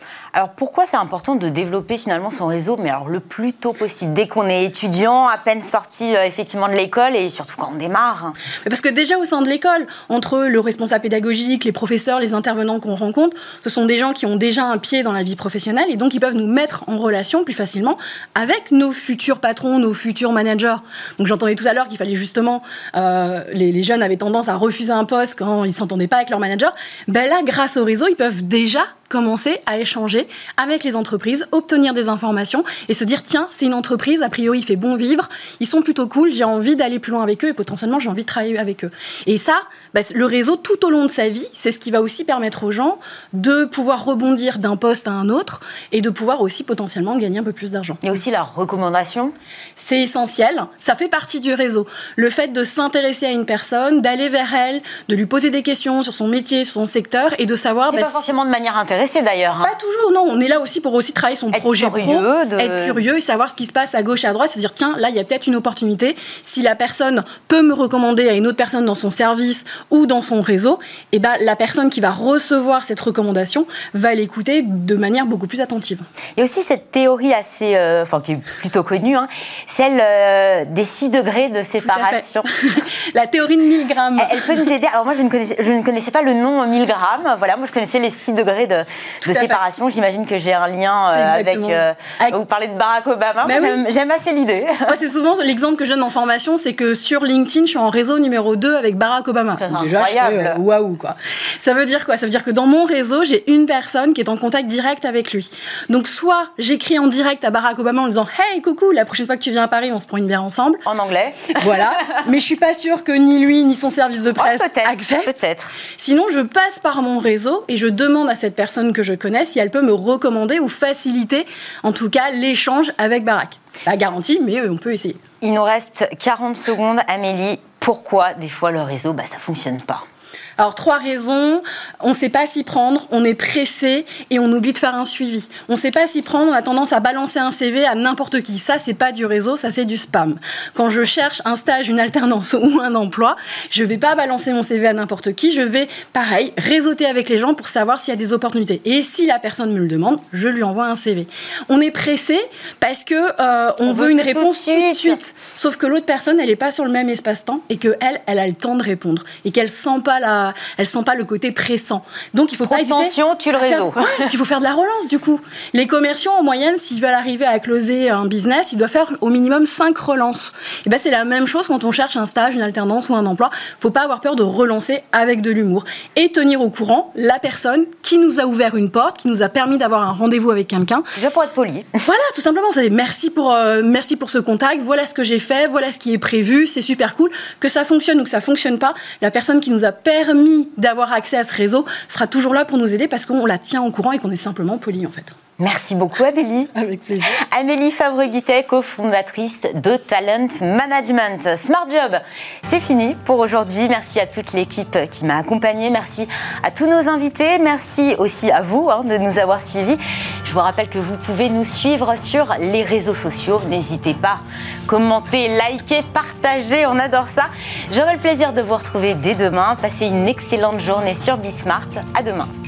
Speaker 1: Alors pourquoi c'est important de développer finalement son réseau, mais alors le plus tôt possible, dès qu'on est étudiant, à peine sorti euh, effectivement de l'école et surtout quand on démarre?
Speaker 8: Parce que déjà au sein de l'école, entre le responsable pédagogique, les professeurs, les intervenants qu'on rencontre, ce sont des gens qui ont déjà un pied dans la vie professionnelle et donc ils peuvent nous mettre en relation plus facilement avec nos futurs patrons, nos futurs managers. Donc j'entendais tout à l'heure qu'il fallait justement, euh, les, les jeunes avaient tendance à refuser un poste quand ils ne s'entendaient pas avec leur manager. Ben là, grâce au réseau, ils peuvent déjà commencer à échanger avec les entreprises, obtenir des informations et se dire tiens, c'est une entreprise, a priori il fait bon vivre, ils sont plutôt cool, j'ai envie d'aller plus loin avec eux et potentiellement j'ai envie de travailler avec eux. Et ça, bah, le réseau tout au long de sa vie, c'est ce qui va aussi permettre aux gens de pouvoir rebondir d'un poste à un autre et de pouvoir aussi potentiellement gagner un peu plus d'argent.
Speaker 1: Il y a aussi la recommandation.
Speaker 8: C'est essentiel, ça fait partie du réseau. Le fait de s'intéresser à une personne, d'aller vers elle, de lui poser des questions sur son métier, sur son secteur et de savoir...
Speaker 1: C'est
Speaker 8: bah,
Speaker 1: pas
Speaker 8: si...
Speaker 1: forcément de manière intéressée d'ailleurs. Hein.
Speaker 8: Pas toujours, non. On est là aussi pour aussi travailler son
Speaker 1: être
Speaker 8: projet
Speaker 1: curieux,
Speaker 8: pro,
Speaker 1: de...
Speaker 8: être curieux et savoir ce qui se passe à gauche et à droite, se dire tiens, là il y a peut-être une opportunité. Si la personne peut me recommander à une autre personne dans son service ou dans son réseau, et ben la personne qui va recevoir cette recommandation va l'écouter de manière beaucoup plus attentive.
Speaker 1: Il y a aussi cette théorie assez, euh, enfin qui est plutôt connue, hein, celle euh, des six degrés de séparation.
Speaker 8: La théorie de mille grammes.
Speaker 1: Elle, elle peut nous aider. Alors moi je ne connaissais, je ne connaissais pas le nom mille grammes. Voilà, moi je connaissais les six degrés de de séparation. J'imagine que j'ai un lien euh, avec, euh, avec... Vous parlez de Barack Obama.
Speaker 8: Ben
Speaker 1: j'aime,
Speaker 8: oui.
Speaker 1: j'aime assez l'idée.
Speaker 8: Moi, c'est souvent l'exemple que je donne en formation, c'est que sur LinkedIn, je suis en réseau numéro deux avec Barack Obama.
Speaker 1: C'est
Speaker 8: déjà,
Speaker 1: incroyable.
Speaker 8: je fais, euh, waouh, quoi. Ça veut dire quoi? Ça veut dire que dans mon réseau, j'ai une personne qui est en contact direct avec lui. Donc, soit j'écris en direct à Barack Obama en lui disant « Hey, coucou, la prochaine fois que tu viens à Paris, on se prend une bière ensemble. »
Speaker 1: En anglais.
Speaker 8: Voilà. Mais je suis pas sûre que ni lui, ni son service de presse
Speaker 1: ouais, peut-être,
Speaker 8: acceptent.
Speaker 1: Peut-être.
Speaker 8: Sinon, je passe par mon réseau et je demande à cette personne que je connais si elle peut me recommander ou faciliter, en tout cas, l'échange avec Barack. C'est pas garanti, mais on peut essayer.
Speaker 1: Il nous reste quarante secondes. Amélie, pourquoi des fois le réseau, bah, ça fonctionne pas?
Speaker 8: Alors, trois raisons. On ne sait pas s'y prendre, on est pressé et on oublie de faire un suivi. On ne sait pas s'y prendre, on a tendance à balancer un C V à n'importe qui. Ça, c'est pas du réseau, ça, c'est du spam. Quand je cherche un stage, une alternance ou un emploi, je ne vais pas balancer mon C V à n'importe qui. Je vais, pareil, réseauter avec les gens pour savoir s'il y a des opportunités. Et si la personne me le demande, je lui envoie un C V. On est pressé parce que euh, on, on veut, veut une réponse tout de, tout de suite. Sauf que l'autre personne, elle n'est pas sur le même espace-temps et qu'elle, elle a le temps de répondre. Et qu'elle ne sent pas la elles sentent pas le côté pressant. Donc il faut
Speaker 1: Trop
Speaker 8: pas hésiter.
Speaker 1: Attention, tu le réseau.
Speaker 8: Faire... il faut faire de la relance du coup. Les commerciaux en moyenne, s'ils veulent arriver à closer un business, ils doivent faire au minimum cinq relances. Et ben c'est la même chose quand on cherche un stage, une alternance ou un emploi. Faut pas avoir peur de relancer avec de l'humour et tenir au courant la personne qui nous a ouvert une porte, qui nous a permis d'avoir un rendez-vous avec quelqu'un.
Speaker 1: Déjà pour être poli.
Speaker 8: Voilà, tout simplement. Vous savez, merci pour euh, merci pour ce contact. Voilà ce que j'ai fait. Voilà ce qui est prévu. C'est super cool. Que ça fonctionne ou que ça fonctionne pas, la personne qui nous a permis d'avoir accès à ce réseau sera toujours là pour nous aider parce qu'on la tient au courant et qu'on est simplement poli en fait.
Speaker 1: Merci beaucoup Amélie.
Speaker 8: Avec plaisir.
Speaker 1: Amélie Fabre-Guittet, cofondatrice de Talent Management. Smart Job, c'est fini pour aujourd'hui. Merci à toute l'équipe qui m'a accompagnée. Merci à tous nos invités. Merci aussi à vous hein, de nous avoir suivis. Je vous rappelle que vous pouvez nous suivre sur les réseaux sociaux. N'hésitez pas, commentez, likez, partagez. On adore ça. J'aurai le plaisir de vous retrouver dès demain. Passez une excellente journée sur Bismart. À demain.